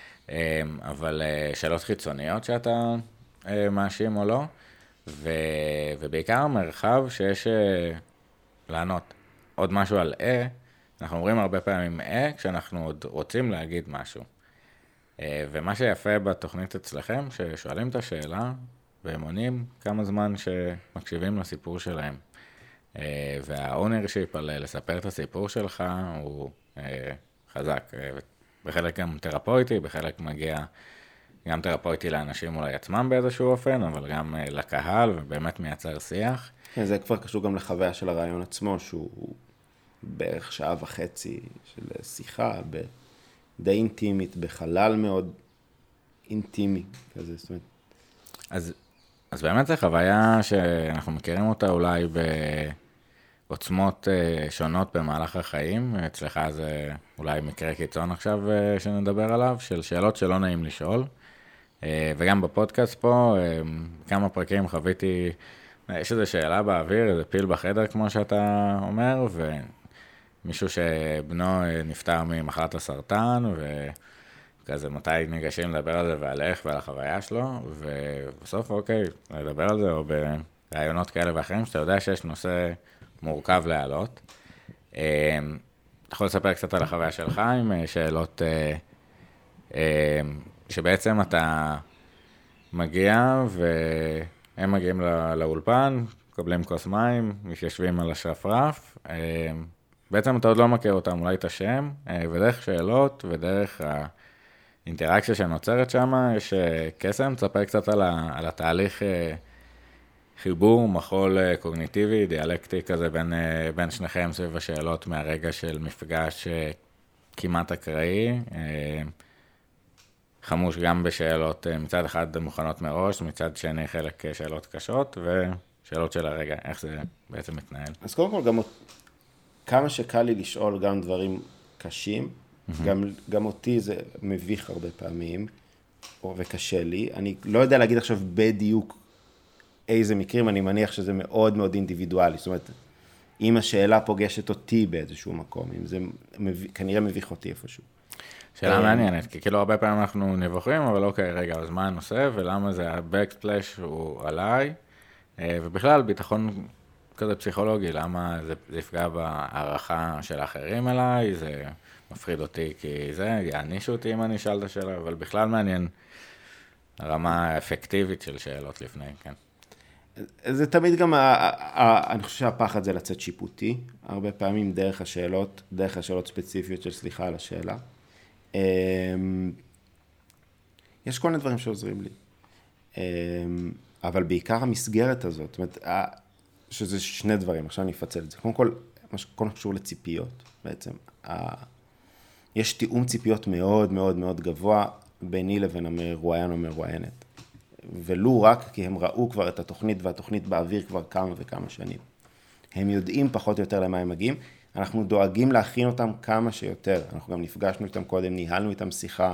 אבל שאלות חיצוניות שאתה מאשים או לא, ובעיקר המרחב שיש לענות. עוד משהו על אנחנו אומרים הרבה פעמים כשאנחנו עוד רוצים להגיד משהו. ומה שיפה בתוכנית אצלכם, ששואלים את השאלה, והם עונים כמה זמן שמקשיבים לסיפור שלהם. והאונרשיפ על לספר את הסיפור שלך הוא חזק. בחלק גם תרפויטי, בחלק מגיע גם תרפויטי לאנשים אולי עצמם באיזשהו אופן, אבל גם לקהל, ובאמת מייצר שיח. כן, זה כבר קשור גם לחוויה של הרעיון עצמו, שהוא בערך שעה וחצי של שיחה, די אינטימית, בחלל מאוד אינטימי כזה, זאת אומרת. אז באמת זו חוויה שאנחנו מכירים אותה אולי בעוצמות שונות במהלך החיים. אצלך זה אולי מקרה קיצון עכשיו שנדבר עליו, של שאלות שלא נעים לשאול. וגם בפודקאסט פה, כמה פרקים חוויתי, יש איזו שאלה באוויר, איזה פיל בחדר כמו שאתה אומר, ומישהו שבנו נפטר ממחלת הסרטן, וכזה מתי ניגשים לדבר על זה ועל איך ועל החוויה שלו, ובסוף אוקיי, לדבר על זה, או ברעיונות כאלה ואחרים, שאתה יודע שיש נושא מורכב להעלות. אתה יכול לספר קצת על החוויה שלך עם שאלות שבעצם אתה מגיע והם מגיעים לאולפן, מקבלים כוס מים, מתיישבים על השרפרף, בעצם אתה עוד לא מכיר אותם, אולי את השם, ודרך שאלות ודרך האינטראקציה שנוצרת שם, יש קסם, תספר קצת על התהליך חיבור, מחול קוגניטיבי, דיאלקטי כזה בין שניכם סביב השאלות מהרגע של מפגש כמעט אקראי, חמוש גם בשאלות מצד אחד מוכנות מראש, מצד שני חלק שאלות קשות, ושאלות של הרגע, איך זה בעצם מתנהל. אז קודם כל, כמה שקל לי לשאול גם דברים קשים, גם אותי זה מביך הרבה פעמים, וקשה לי. אני לא יודע להגיד עכשיו בדיוק איזה מקרים, אני מניח שזה מאוד מאוד אינדיבידואלי, זאת אומרת, אם השאלה פוגשת אותי באיזשהו מקום, אם זה כנראה מביך אותי איפשהו. שאלה מעניינת, כי כאילו הרבה פעמים אנחנו נבוכים, אבל אוקיי, רגע, אז מה הנושא, ולמה זה ה-backsplash הוא עליי, ובכלל, ביטחון כזה פסיכולוגי, למה זה יפגע בהערכה של האחרים אליי, זה מפחיד אותי כי זה יעניש אותי אם אני אשאל את השאלה, אבל בכלל מעניין הרמה האפקטיבית של שאלות לפני, כן. זה תמיד גם, אני חושב שהפחד זה לצאת שיפוטי, הרבה פעמים דרך השאלות ספציפיות של סליחה על השאלה. יש כל מיני דברים שעוזרים לי, אבל בעיקר המסגרת הזאת, זאת אומרת, שזה שני דברים, עכשיו אני אפצל את זה. קודם כל, מה שקשור לציפיות, בעצם, יש תיאום ציפיות מאוד מאוד מאוד גבוה ביני לבין המרואיין או מרואיינת. ולו רק כי הם ראו כבר את התוכנית, והתוכנית באוויר כבר כמה וכמה שנים. הם יודעים פחות או יותר למה הם מגיעים, אנחנו דואגים להכין אותם כמה שיותר. אנחנו גם נפגשנו איתם קודם, ניהלנו איתם שיחה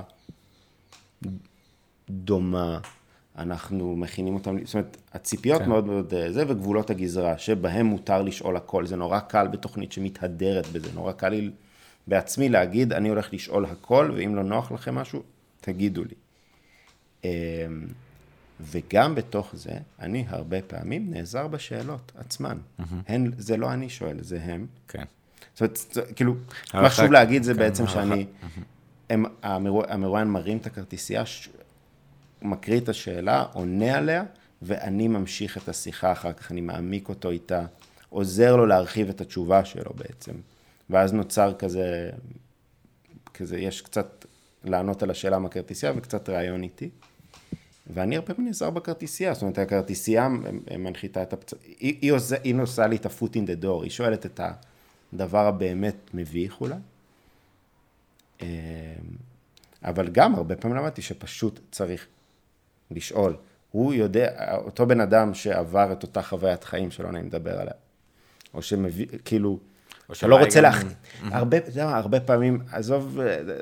דומה, אנחנו מכינים אותם, זאת אומרת, הציפיות כן. מאוד מאוד זה, וגבולות הגזרה, שבהם מותר לשאול הכל. זה נורא קל בתוכנית שמתהדרת בזה, נורא קל לי בעצמי להגיד, אני הולך לשאול הכל, ואם לא נוח לכם משהו, תגידו לי. וגם בתוך זה, אני הרבה פעמים נעזר בשאלות עצמן. זה לא אני שואל, זה הם. כן. זאת אומרת, כאילו, מה חשוב להגיד זה בעצם שאני, המרואיין מרים את הכרטיסייה, מקריא את השאלה, עונה עליה, ואני ממשיך את השיחה אחר כך, אני מעמיק אותו איתה, עוזר לו להרחיב את התשובה שלו בעצם. ואז נוצר כזה, יש קצת לענות על השאלה מהכרטיסייה, וקצת רעיון איתי. ואני הרבה פעמים נעזר בכרטיסייה, זאת אומרת, הכרטיסייה מנחיתה את הפצע, היא נוסעה לי את ה-foot in the door, היא שואלת את הדבר הבאמת מביך אולי, אבל גם הרבה פעמים למדתי שפשוט צריך לשאול, הוא יודע, אותו בן אדם שעבר את אותה חוויית חיים שלא נעים לדבר עליה, או שמביא, כאילו, אתה לא רוצה הרבה פעמים, עזוב,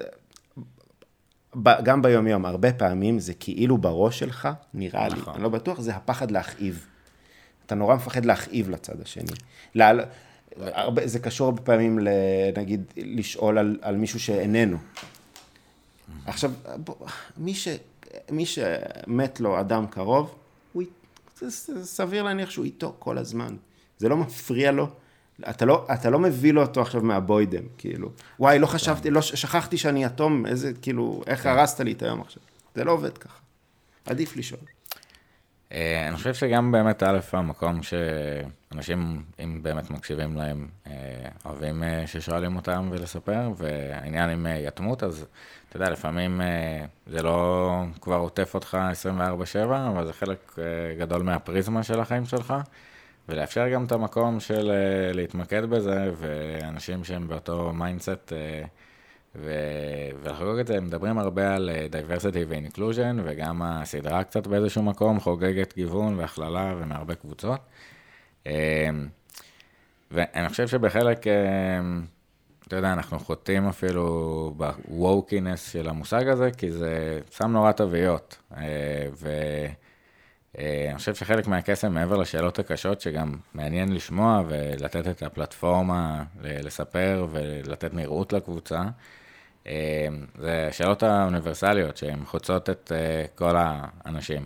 גם ביום יום, הרבה פעמים זה כאילו בראש שלך, נראה לי, אני לא בטוח, זה הפחד להכאיב. אתה נורא מפחד להכאיב לצד השני. זה קשור הרבה פעמים, נגיד, לשאול על מישהו שאיננו. עכשיו, מי שמת לו אדם קרוב, זה סביר להניח שהוא איתו כל הזמן. זה לא מפריע לו. אתה לא מביא לו אותו עכשיו מהבוידם, כאילו. וואי, לא חשבתי, שכחתי שאני אטום, איזה, כאילו, איך הרסת לי את היום עכשיו? זה לא עובד ככה. עדיף לשאול. אני חושב שגם באמת א' המקום שאנשים, אם באמת מקשיבים להם, אוהבים ששואלים אותם ולספר, והעניין עם יתמות, אז אתה יודע, לפעמים זה לא כבר עוטף אותך 24/7, אבל זה חלק גדול מהפריזמה של החיים שלך, ולאפשר גם את המקום של להתמקד בזה, ואנשים שהם באותו מיינדסט, ולחגוג את זה, מדברים הרבה על diversity ו-inclusion, וגם הסדרה קצת באיזשהו מקום חוגגת גיוון והכללה ומהרבה קבוצות. ואני חושב שבחלק, אתה יודע, אנחנו חוטאים אפילו בווקינס של המושג הזה, כי זה שם נורא תוויות. אני חושב שחלק מהקסם מעבר לשאלות הקשות, שגם מעניין לשמוע ולתת את הפלטפורמה לספר ולתת נראות לקבוצה, זה השאלות האוניברסליות שהן חוצות את כל האנשים.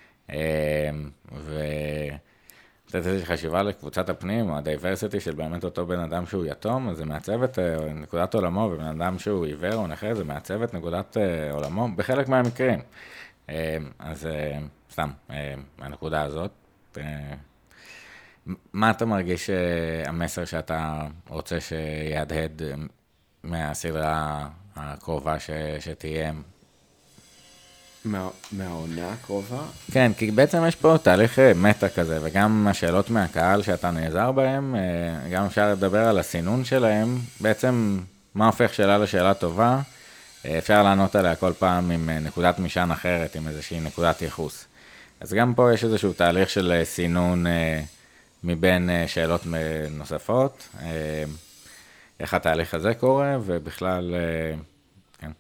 ולתת איזושהי חשיבה לקבוצת הפנים, או הדייברסיטי של באמת אותו בן אדם שהוא יתום, אז זה מעצב את נקודת עולמו, ובן אדם שהוא עיוור או נכה, זה מעצב את נקודת עולמו בחלק מהמקרים. אז סתם, מהנקודה הזאת. מה אתה מרגיש המסר שאתה רוצה שיהדהד מהסדרה הקרובה שתהיה? מהעונה הקרובה? כן, כי בעצם יש פה תהליך מטה כזה, וגם השאלות מהקהל שאתה נעזר בהם, גם אפשר לדבר על הסינון שלהם, בעצם מה הופך שאלה לשאלה טובה, אפשר לענות עליה כל פעם עם נקודת משען אחרת, עם איזושהי נקודת ייחוס. אז גם פה יש איזשהו תהליך של סינון מבין שאלות נוספות, איך התהליך הזה קורה, ובכלל, כן.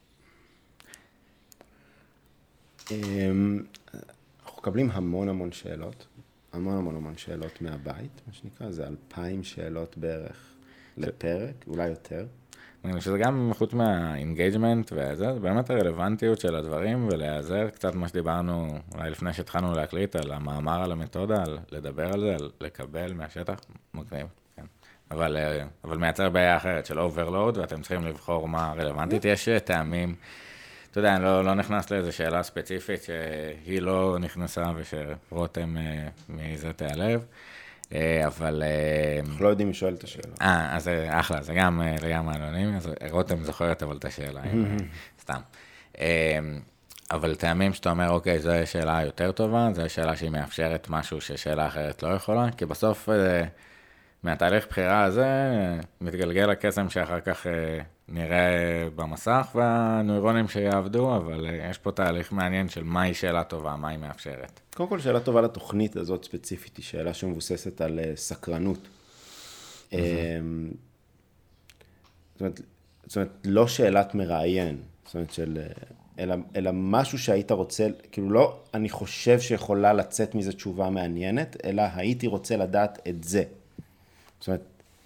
אנחנו מקבלים המון שאלות, המון שאלות מהבית, מה שנקרא, זה 2,000 שאלות בערך לפרק, אולי יותר. שזה גם חוץ מהאינגייג'מנט וזה, זה באמת הרלוונטיות של הדברים, ולהיעזר קצת מה שדיברנו, אולי לפני שהתחלנו להקליט, על המאמר, על המתודה, על לדבר על זה, על לקבל מהשטח, מגניב, כן. אבל מייצר בעיה אחרת של אוברלוד, ואתם צריכים לבחור מה רלוונטית. יש טעמים, אתה יודע, אני לא נכנס לאיזו שאלה ספציפית שהיא לא נכנסה, ושרותם מזה תיעלב. אבל... אנחנו לא יודעים מי שואל את השאלה. אז אחלה, זה גם לגמרי אנונימי, אז רותם זוכרת אבל את השאלה, סתם. אבל טעמים שאתה אומר, אוקיי, זו שאלה יותר טובה, זו שאלה שהיא מאפשרת משהו ששאלה אחרת לא יכולה, כי בסוף מהתהליך בחירה הזה מתגלגל הקסם שאחר כך נראה במסך והנוירונים שיעבדו, אבל יש פה תהליך מעניין של מהי שאלה טובה, מה היא מאפשרת. קודם כל, שאלה טובה לתוכנית הזאת ספציפית, היא שאלה שמבוססת על סקרנות. זאת אומרת, לא שאלת מראיין, זאת אומרת, אלא משהו שהיית רוצה, כאילו לא, אני חושב שיכולה לצאת מזה תשובה מעניינת, אלא הייתי רוצה לדעת את זה. זאת אומרת,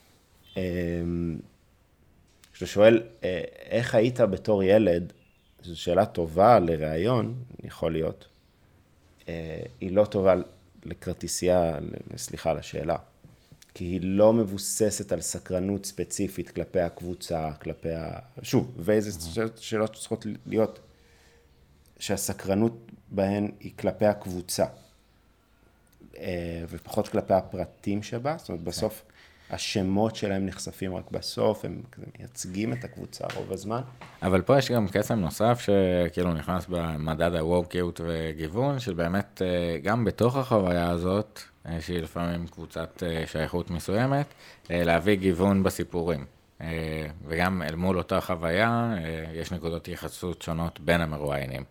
כשאתה שואל, איך היית בתור ילד, זו שאלה טובה לראיון, יכול להיות, היא לא טובה לכרטיסייה, סליחה, לשאלה, כי היא לא מבוססת על סקרנות ספציפית כלפי הקבוצה, כלפי שוב, ואיזה שאלות צריכות להיות, שהסקרנות בהן היא כלפי הקבוצה, ופחות כלפי הפרטים שבה, זאת אומרת, בסוף, השמות שלהם נחשפים רק בסוף, הם מייצגים את הקבוצה רוב הזמן. אבל פה יש גם קסם נוסף שכאילו נכנס במדד הווקיות וגיוון, של באמת גם בתוך החוויה הזאת, שהיא לפעמים קבוצת שייכות מסוימת, להביא גיוון בסיפורים. וגם אל מול אותה חוויה, יש נקודות יחסות שונות בין המרואיינים.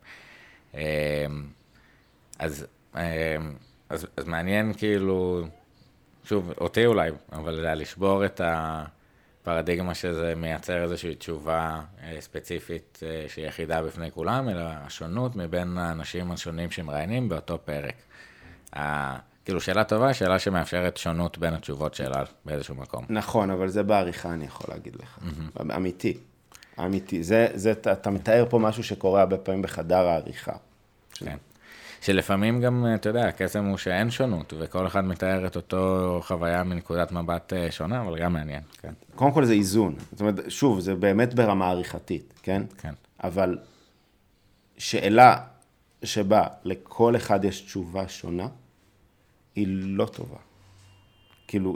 אז מעניין כאילו, שוב, אותי אולי, אבל לשבור את הפרדיגמה שזה מייצר איזושהי תשובה ספציפית שהיא יחידה בפני כולם, אלא השונות מבין האנשים השונים שמראיינים באותו פרק. כאילו שאלה טובה, שאלה שמאפשרת שונות בין התשובות שלה באיזשהו מקום. נכון, אבל זה בעריכה אני יכול להגיד לך. אמיתי. אמיתי. אתה מתאר פה משהו שקורה הרבה פעמים בחדר העריכה. כן. שלפעמים גם, אתה יודע, הקסם הוא שאין שונות, וכל אחד מתאר את אותו חוויה מנקודת מבט שונה, אבל גם מעניין, כן. קודם כל זה איזון. זאת אומרת, שוב, זה באמת ברמה עריכתית, כן? כן. אבל שאלה שבה לכל אחד יש תשובה שונה, היא לא טובה. כאילו,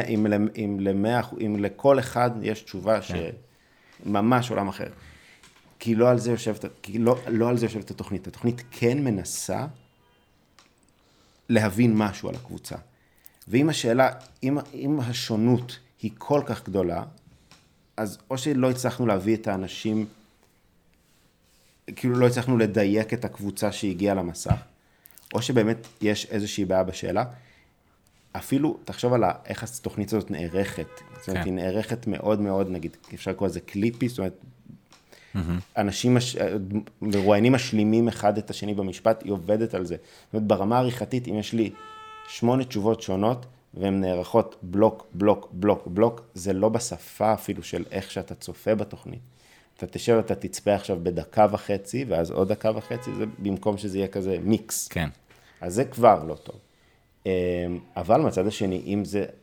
אם לכל אחד יש תשובה שממש עולם אחר. כי לא על זה יושבת התוכנית. התוכנית כן מנסה להבין משהו על הקבוצה. ואם השאלה, אם השונות היא כל כך גדולה, אז או שלא הצלחנו להביא את האנשים, כאילו לא הצלחנו לדייק את הקבוצה שהגיעה למסך, או שבאמת יש איזושהי בעיה בשאלה, אפילו תחשוב על איך התוכנית הזאת נערכת. זאת אומרת, היא נערכת מאוד מאוד, נגיד, אפשר לקרוא לזה קליפי, זאת אומרת, אנשים מרואיינים משלימים אחד את השני במשפט, היא עובדת על זה. זאת אומרת, ברמה העריכתית, אם יש לי 8 תשובות שונות, והן נערכות בלוק, בלוק, בלוק, בלוק, זה לא בשפה אפילו של איך שאתה צופה בתוכנית. אתה תשב, אתה תצפה עכשיו בדקה וחצי, ואז עוד דקה וחצי, זה במקום שזה יהיה כזה מיקס. כן. אז זה כבר לא טוב. אבל מצד השני,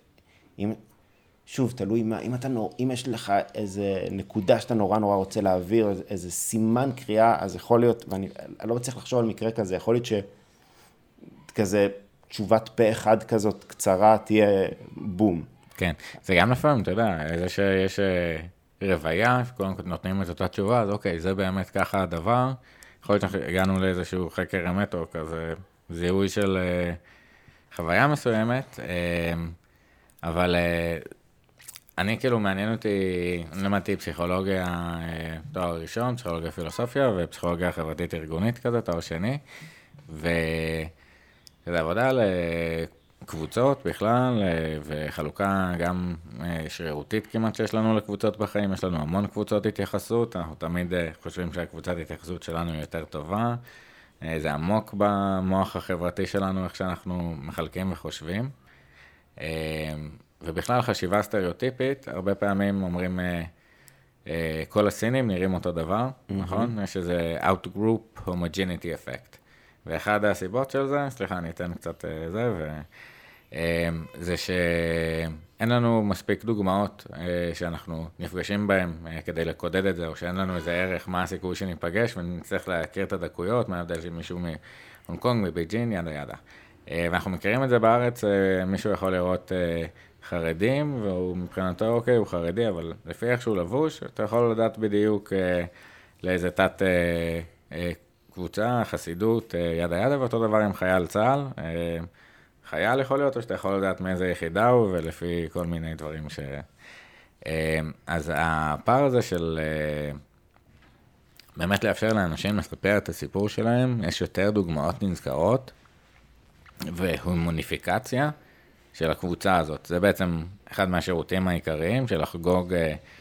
שוב, תלוי מה, אם יש לך איזה נקודה שאתה נורא רוצה להעביר, איזה סימן קריאה, אז יכול להיות, ואני לא צריך לחשוב על מקרה כזה, יכול להיות שכזה תשובת פה אחד כזאת קצרה תהיה בום. כן, זה גם לפעמים, אתה יודע, איזה שיש רוויה, כולם נותנים את אותה תשובה, אז אוקיי, זה באמת ככה הדבר, יכול להיות שהגענו לאיזשהו חקר אמת או כזה זיהוי של חוויה מסוימת, אבל אני כאילו מעניין אותי, אני למדתי פסיכולוגיה תואר ראשון, פסיכולוגיה פילוסופיה ופסיכולוגיה חברתית ארגונית כזה, תואר שני, וזה עבודה על קבוצות בכלל, וחלוקה גם שרירותית כמעט שיש לנו לקבוצות בחיים, יש לנו המון קבוצות התייחסות, אנחנו תמיד חושבים שהקבוצת התייחסות שלנו היא יותר טובה, זה עמוק במוח החברתי שלנו, איך שאנחנו מחלקים וחושבים. ובכלל חשיבה סטריאוטיפית, הרבה פעמים אומרים, כל הסינים נראים אותו דבר, נכון? יש איזה out-group homogeneity effect. ואחד הסיבות של זה, סליחה, אני אתן קצת זה שאין לנו מספיק דוגמאות שאנחנו נפגשים בהם כדי לקודד את זה, או שאין לנו איזה ערך, מה הסיכוי שניפגש, ונצטרך להכיר את הדקויות, מה ההבדל של מישהו מהונג קונג, מבייג'ין, ידה ידה. ואנחנו מכירים את זה בארץ, מישהו יכול לראות חרדים, והוא מבחינתו, אוקיי, הוא חרדי, אבל לפי איך שהוא לבוש, אתה יכול לדעת בדיוק לאיזה תת קבוצה, חסידות, ידה ידה, ואותו דבר עם חייל צה"ל. חייל יכול להיות, או שאתה יכול לדעת מאיזה יחידה הוא, ולפי כל מיני דברים ש... אז הפער הזה של באמת לאפשר לאנשים לספר את הסיפור שלהם, יש יותר דוגמאות נזכרות, והומוניפיקציה של הקבוצה הזאת. זה בעצם אחד מהשירותים העיקריים של לחגוג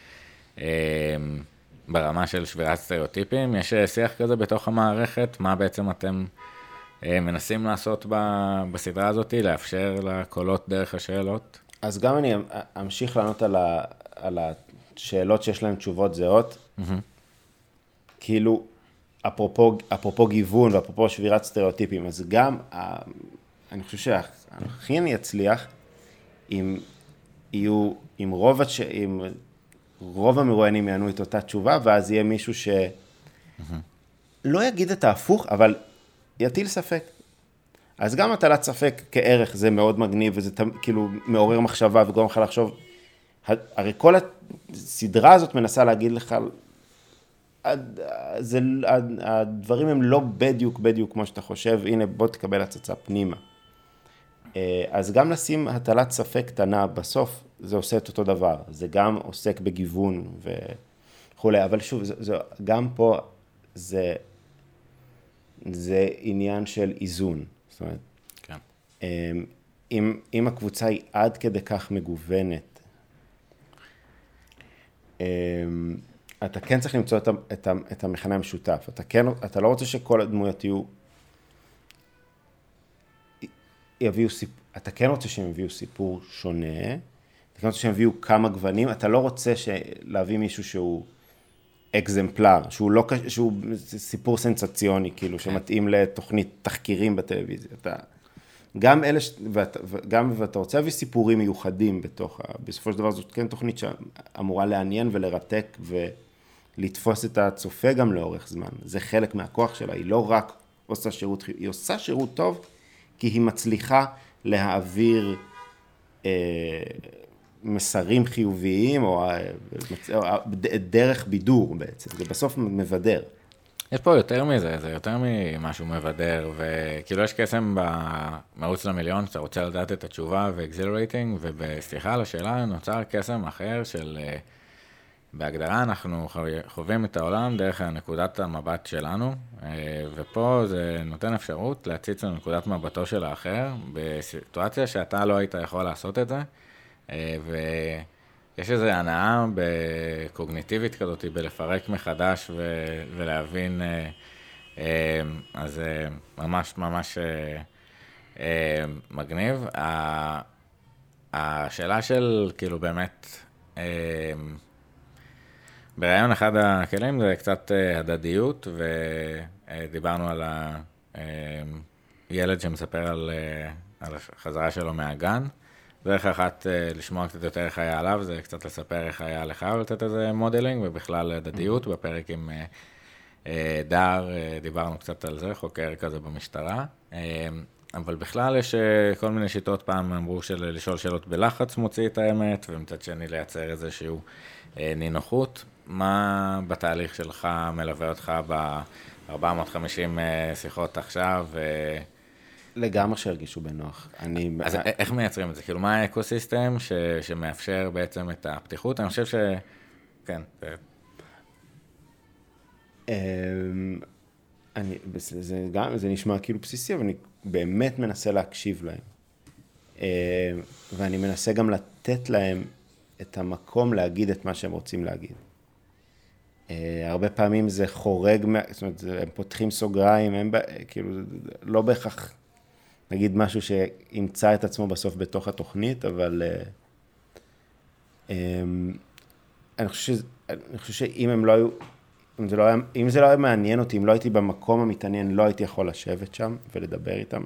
ברמה של שבירת סטריאוטיפים. יש שיח כזה בתוך המערכת, מה בעצם אתם מנסים לעשות בסדרה הזאת, לאפשר לקולות דרך השאלות? אז גם אני אמשיך לענות על השאלות שיש להן תשובות זהות. כאילו, אפרופו גיוון ואפרופו שבירת סטריאוטיפים, אז גם אני חושב שהכי אני אצליח אם רוב המרואיינים יענו את אותה תשובה, ואז יהיה מישהו שלא יגיד את ההפוך, אבל יטיל ספק. אז גם הטלת ספק כערך זה מאוד מגניב, וזה כאילו מעורר מחשבה וגורם לך לחשוב, הרי כל הסדרה הזאת מנסה להגיד לך, הדברים הם לא בדיוק כמו שאתה חושב, הנה בוא תקבל הצצה פנימה. אז גם לשים הטלת ספק קטנה בסוף, זה עושה את אותו דבר, זה גם עוסק בגיוון וכו', אבל שוב, גם פה זה עניין של איזון, זאת אומרת, כן. אם הקבוצה היא עד כדי כך מגוונת, אתה כן צריך למצוא את המכנה המשותף, אתה לא רוצה שכל הדמויות יביאו סיפור, אתה כן רוצה שהם יביאו סיפור שונה, אתה כן רוצה שהם יביאו כמה גוונים, אתה לא רוצה להביא מישהו שהוא אקזמפלר, שהוא סיפור סנסציוני, כאילו, שמתאים לתוכנית תחקירים בטלוויזיה. גם ואתה רוצה להביא סיפורים מיוחדים בסופו של דבר זאת כן תוכנית שאמורה לעניין ולרתק ולתפוס את הצופה גם לאורך זמן. זה חלק מהכוח שלה, היא לא רק עושה שירות, היא עושה שירות טוב, כי היא מצליחה להעביר מסרים חיוביים, או דרך בידור בעצם, זה בסוף מבדר. יש פה יותר מזה, זה יותר ממשהו מבדר, וכאילו יש קסם במרוץ למיליון, שאתה רוצה לדעת את התשובה ואקזילרייטינג, ובסליחה על השאלה נוצר קסם אחר של, בהגדרה אנחנו חווים את העולם דרך נקודת המבט שלנו, ופה זה נותן אפשרות להציץ לנקודת מבטו של האחר, בסיטואציה שאתה לא היית יכול לעשות את זה, ויש איזו הנאה בקוגניטיבית כזאת, בלפרק מחדש ולהבין, אז ממש ממש מגניב. השאלה של כאילו באמת, ברעיון אחד הכלים זה קצת הדדיות, ודיברנו על הילד שמספר על החזרה שלו מהגן. דרך אחת לשמוע קצת יותר איך היה עליו, זה קצת לספר איך היה לך, ולתת איזה מודלינג, ובכלל הדדיות, בפרק עם דאר, דיברנו קצת על זה, חוקר כזה במשטרה. אבל בכלל יש כל מיני שיטות, פעם אמרו לשאול שאלות בלחץ מוציא את האמת, ומצד שני לייצר איזשהו נינוחות. מה בתהליך שלך מלווה אותך ב-450 שיחות עכשיו? לגמרי שהרגישו בנוח. אז איך מייצרים את זה? כאילו, מה האקוסיסטם שמאפשר בעצם את הפתיחות? אני חושב כן. זה נשמע כאילו בסיסי, אבל אני באמת מנסה להקשיב להם. ואני מנסה גם לתת להם את המקום להגיד את מה שהם רוצים להגיד. הרבה פעמים זה חורג, זאת אומרת, הם פותחים סוגריים, הם כאילו, לא בהכרח, נגיד משהו שימצא את עצמו בסוף בתוך התוכנית, אבל אני חושב שאם הם לא היו, אם זה לא היה מעניין אותי, אם לא הייתי במקום המתעניין, לא הייתי יכול לשבת שם ולדבר איתם.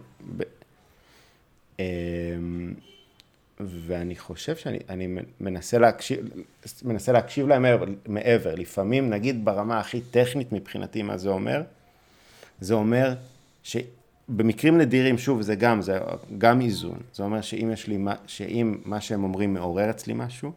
ואני חושב שאני מנסה להקשיב להם מעבר. לפעמים, נגיד ברמה הכי טכנית מבחינתי מה זה אומר, זה אומר שבמקרים נדירים, שוב, זה גם איזון. זה אומר שאם מה שהם אומרים מעורר אצלי משהו,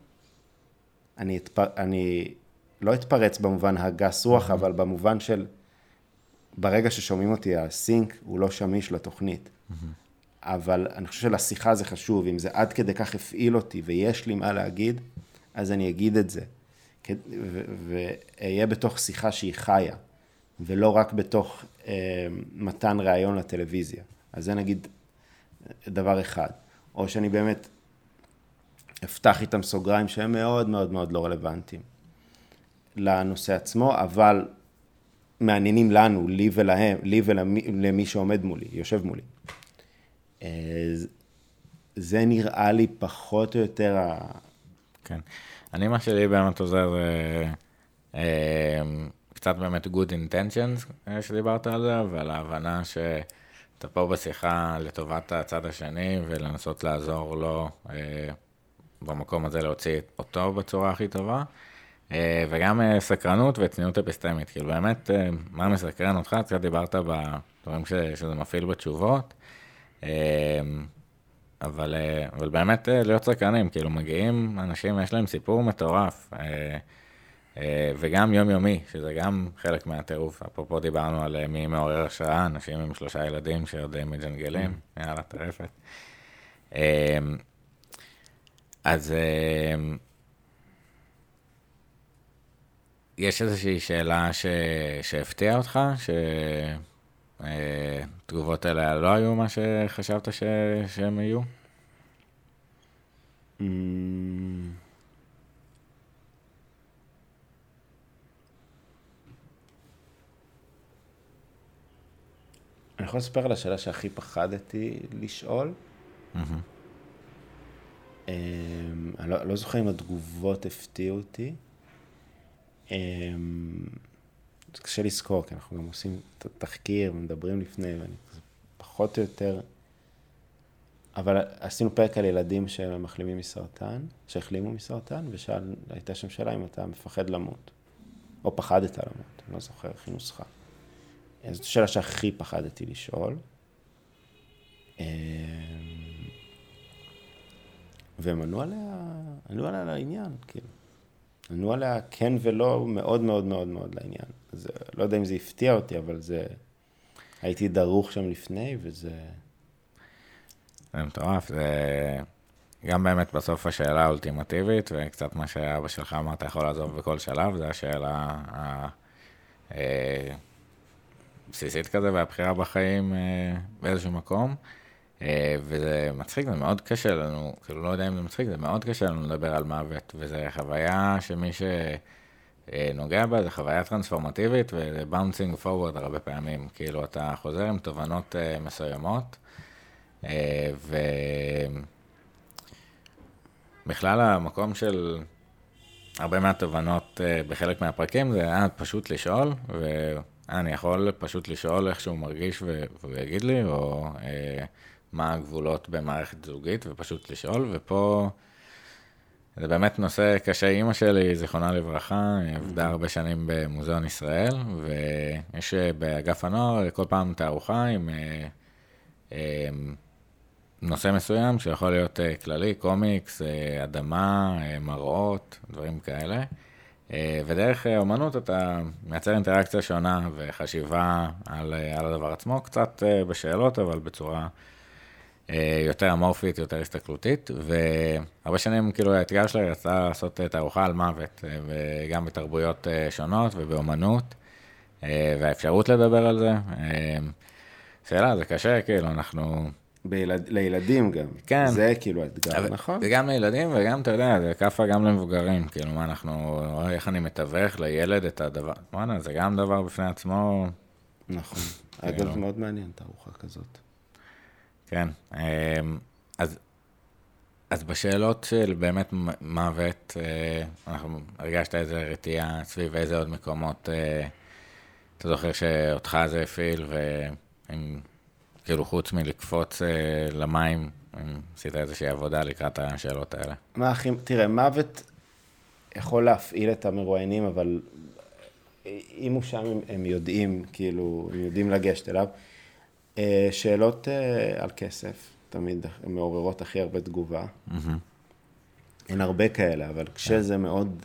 אני לא אתפרץ במובן הגס רוח, אבל במובן של, ברגע ששומעים אותי, הסינק הוא לא שמיש לתוכנית. אבל אני חושב שלשיחה זה חשוב, אם זה עד כדי כך הפעיל אותי ויש לי מה להגיד, אז אני אגיד את זה. ואהיה בתוך שיחה שהיא חיה, ולא רק בתוך מתן רעיון לטלוויזיה. אז זה נגיד דבר אחד. או שאני באמת אפתח איתם סוגריים שהם מאוד מאוד מאוד לא רלוונטיים לנושא עצמו, אבל מעניינים לנו, לי ולהם, לי ולמי שעומד מולי, יושב מולי. זה נראה לי פחות או יותר כן. אני מה שלי באמת עוזר קצת באמת good intentions שדיברת על זה, אבל ההבנה שאתה פה בשיחה לטובת הצד השני ולנסות לעזור לו במקום הזה להוציא אותו בצורה הכי טובה, וגם סקרנות וצניעות אפיסטמית. כאילו באמת, מה מסקרן אותך? קצת דיברת בדברים שזה מפעיל בתשובות. אבל באמת להיות סקרנים, כאילו מגיעים אנשים, יש להם סיפור מטורף, וגם יומיומי, שזה גם חלק מהטירוף. אפרופו דיברנו על מי מעורר השראה, אנשים עם 3 ילדים שעוד מג'נגלים, יאללה, טרפת. אז יש איזושהי שאלה שהפתיעה אותך, שתגובות האלה לא היו מה שחשבת שהם יהיו? אני יכול לספר על השאלה שהכי פחדתי לשאול. אני לא זוכר אם התגובות הפתיעו אותי. זה קשה לזכור, כי אנחנו גם עושים תחקיר ומדברים לפני, ואני פחות או יותר... אבל עשינו פרק על ילדים שמחלימים מסרטן, שהחלימו מסרטן, והייתה שם שאלה אם אתה מפחד למות, או פחדת למות, אני לא זוכר איך היא נוסחה. זאת שאלה שהכי פחדתי לשאול. והם ענו עליה לעניין, כאילו. ענו עליה כן ולא מאוד מאוד מאוד מאוד לעניין. אז לא יודע אם זה הפתיע אותי, אבל זה... הייתי דרוך שם לפני, וזה... זה מטורף, זה גם באמת בסוף השאלה האולטימטיבית, וקצת מה שאבא שלך אמר, אתה יכול לעזוב בכל שלב, זה השאלה הבסיסית כזה, והבחירה בחיים באיזשהו מקום, וזה מצחיק, זה מאוד קשה לנו, כאילו לא יודע אם זה מצחיק, זה מאוד קשה לנו לדבר על מוות, וזו חוויה שמי שנוגע בה, זה חוויה טרנספורמטיבית, וזה bouncing forward הרבה פעמים, כאילו אתה חוזר עם תובנות מסוימות, ובכלל המקום של הרבה מהתובנות בחלק מהפרקים זה פשוט לשאול, ואני יכול פשוט לשאול איך שהוא מרגיש והוא יגיד לי, או מה הגבולות במערכת זוגית, ופשוט לשאול, ופה זה באמת נושא קשה. אמא שלי, זיכרונה לברכה, עבדה הרבה שנים במוזיאון ישראל, ויש באגף הנוער כל פעם תערוכה עם נושא מסוים שיכול להיות כללי, קומיקס, אדמה, מראות, דברים כאלה. ודרך אומנות אתה מייצר אינטראקציה שונה וחשיבה על הדבר עצמו, קצת בשאלות, אבל בצורה יותר אמורפית, יותר הסתכלותית. והרבה שנים כאילו האתגר שלי רצה לעשות תערוכה על מוות, וגם בתרבויות שונות ובאומנות, והאפשרות לדבר על זה. שאלה, זה קשה, כאילו אנחנו... לילדים גם. כן. זה כאילו האתגר, נכון? זה גם לילדים וגם, אתה יודע, זה כפה גם למבוגרים. כאילו, מה אנחנו, איך אני מתווך לילד את הדבר. מה, זה גם דבר בפני עצמו. נכון. אגב, מאוד מעניין, תערוכה כזאת. כן. אז בשאלות של באמת מוות, אנחנו הרגשת איזה רתיעה סביב איזה עוד מקומות, אתה זוכר שאותך זה הפעיל, כאילו חוץ מלקפוץ למים, עשית איזושהי עבודה לקראת השאלות האלה. תראה, מוות יכול להפעיל את המרואיינים, אבל אם הוא שם הם יודעים, כאילו, הם יודעים לגשת אליו. שאלות על כסף, תמיד הן מעוררות הכי הרבה תגובה. אין הרבה כאלה, אבל כשזה מאוד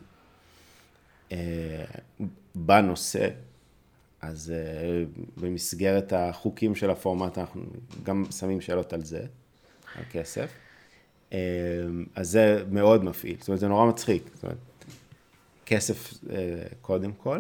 בנושא, אז במסגרת החוקים של הפורמט, אנחנו גם שמים שאלות על זה, על כסף. אז זה מאוד מפעיל, זאת אומרת, זה נורא מצחיק. זאת אומרת, כסף קודם כל.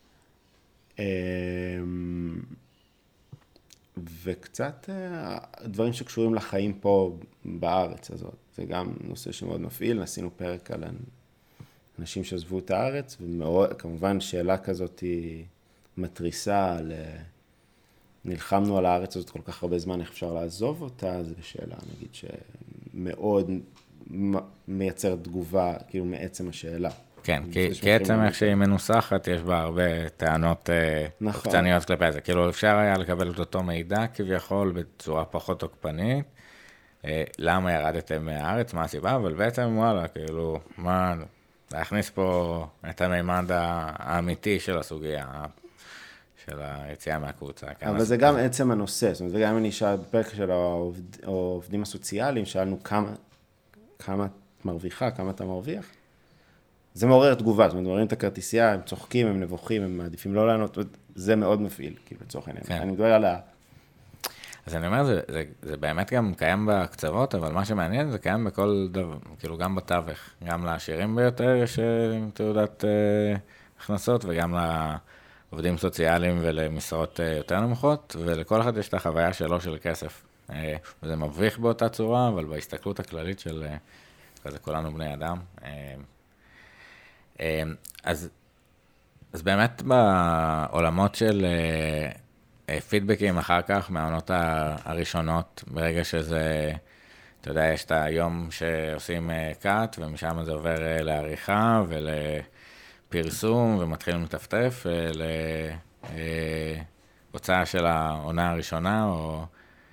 וקצת דברים שקשורים לחיים פה בארץ הזאת. זה גם נושא שמאוד מפעיל. עשינו פרק על אנשים שעזבו את הארץ, וכמובן שאלה כזאת היא מתריסה נלחמנו על הארץ הזאת כל כך הרבה זמן, איך אפשר לעזוב אותה, זו שאלה, נגיד, שמאוד מייצרת תגובה, כאילו מעצם השאלה. כן, כי עצם איך שהיא מנוסחת, יש בה הרבה טענות תוקצניות כלפי זה. כאילו אפשר היה לקבל את אותו מידע כביכול בצורה פחות תוקפנית, למה ירדתם מהארץ, מה הסיבה, אבל בעצם וואלה, כאילו, מה, להכניס פה את המימד האמיתי של הסוגיה, של היציאה מהקבוצה. אבל זה גם עצם הנושא, זאת אומרת, וגם אני שאל בפרק של העובדים הסוציאליים, שאלנו כמה את מרוויחה, כמה אתה מרוויח. זה מעורר תגובה, זאת אומרת, מעוררים את הכרטיסייה, הם צוחקים, הם נבוכים, הם מעדיפים לא לענות, זה מאוד מפעיל, כאילו, לצורך העניין. כן. אני מדבר על אז אני אומר, זה באמת גם קיים בקצוות, אבל מה שמעניין זה קיים בכל דבר, כאילו גם בתווך, גם לעשירים ביותר יש תעודת הכנסות, וגם לעובדים סוציאליים ולמשרות יותר נמוכות, ולכל אחד יש את החוויה שלו של כסף. וזה מביך באותה צורה, אבל בהסתכלות הכללית של כזה כולנו בני אדם. אז באמת בעולמות של פידבקים אחר כך מהעונות הראשונות, ברגע שזה, אתה יודע, יש את היום שעושים קאט, ומשם זה עובר לעריכה ולפרסום, ומתחילים לטפטף להוצאה של העונה הראשונה, או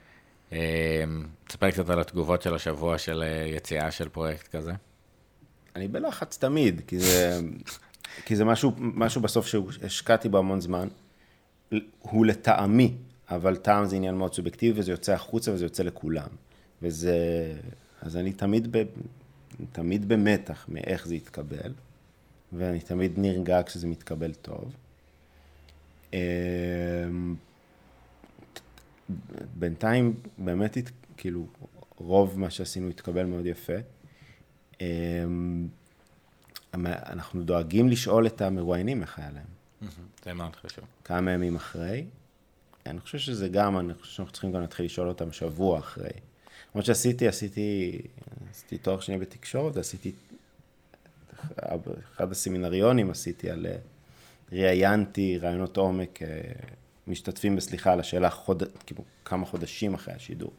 תספר קצת על התגובות של השבוע של יציאה של פרויקט כזה. אני בלחץ תמיד, כי זה משהו בסוף שהשקעתי בו המון זמן, הוא לטעמי, אבל טעם זה עניין מאוד סובייקטיבי, וזה יוצא החוצה וזה יוצא לכולם. אז אני תמיד במתח מאיך זה יתקבל, ואני תמיד נרגע כשזה מתקבל טוב. בינתיים באמת, כאילו, רוב מה שעשינו התקבל מאוד יפה. אנחנו דואגים לשאול את המרואיינים איך היה להם. זה מאוד חשוב. כמה ימים אחרי. אני חושב שזה גם, אני חושב שאנחנו צריכים גם להתחיל לשאול אותם שבוע אחרי. כמו שעשיתי תואר שני בתקשורת, עשיתי, אחד הסמינריונים עשיתי ראיינתי רעיונות עומק, משתתפים בסליחה על השאלה כאילו, כמה חודשים אחרי השידור.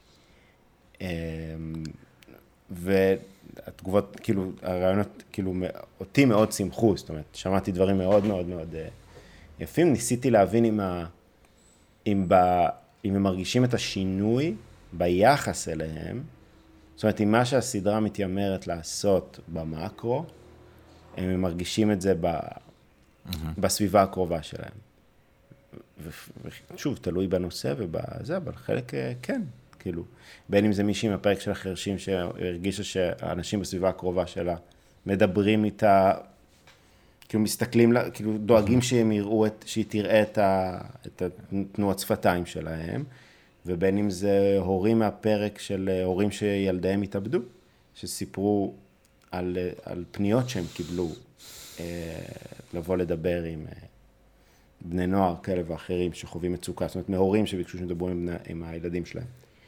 והתגובות, כאילו, הרעיונות, כאילו, אותי מאוד שמחו, זאת אומרת, שמעתי דברים מאוד מאוד מאוד יפים, ניסיתי להבין אם הם מרגישים את השינוי ביחס אליהם, זאת אומרת, אם מה שהסדרה מתיימרת לעשות במקרו, הם מרגישים את זה בסביבה הקרובה שלהם. ושוב, תלוי בנושא ובזה, אבל חלק כן. כאילו, בין אם זה מישהי מהפרק של החרשים שהרגישה שהאנשים בסביבה הקרובה שלה מדברים איתה, כאילו מסתכלים לה, כאילו דואגים שהם יראו שהיא תראה את התנועות שפתיים שלהם, ובין אם זה הורים מהפרק של הורים שילדיהם התאבדו, שסיפרו על פניות שהם קיבלו לבוא לדבר עם בני נוער כאלה ואחרים שחווים מצוקה, זאת אומרת מהורים שביקשו שדברו עם הילדים שלהם.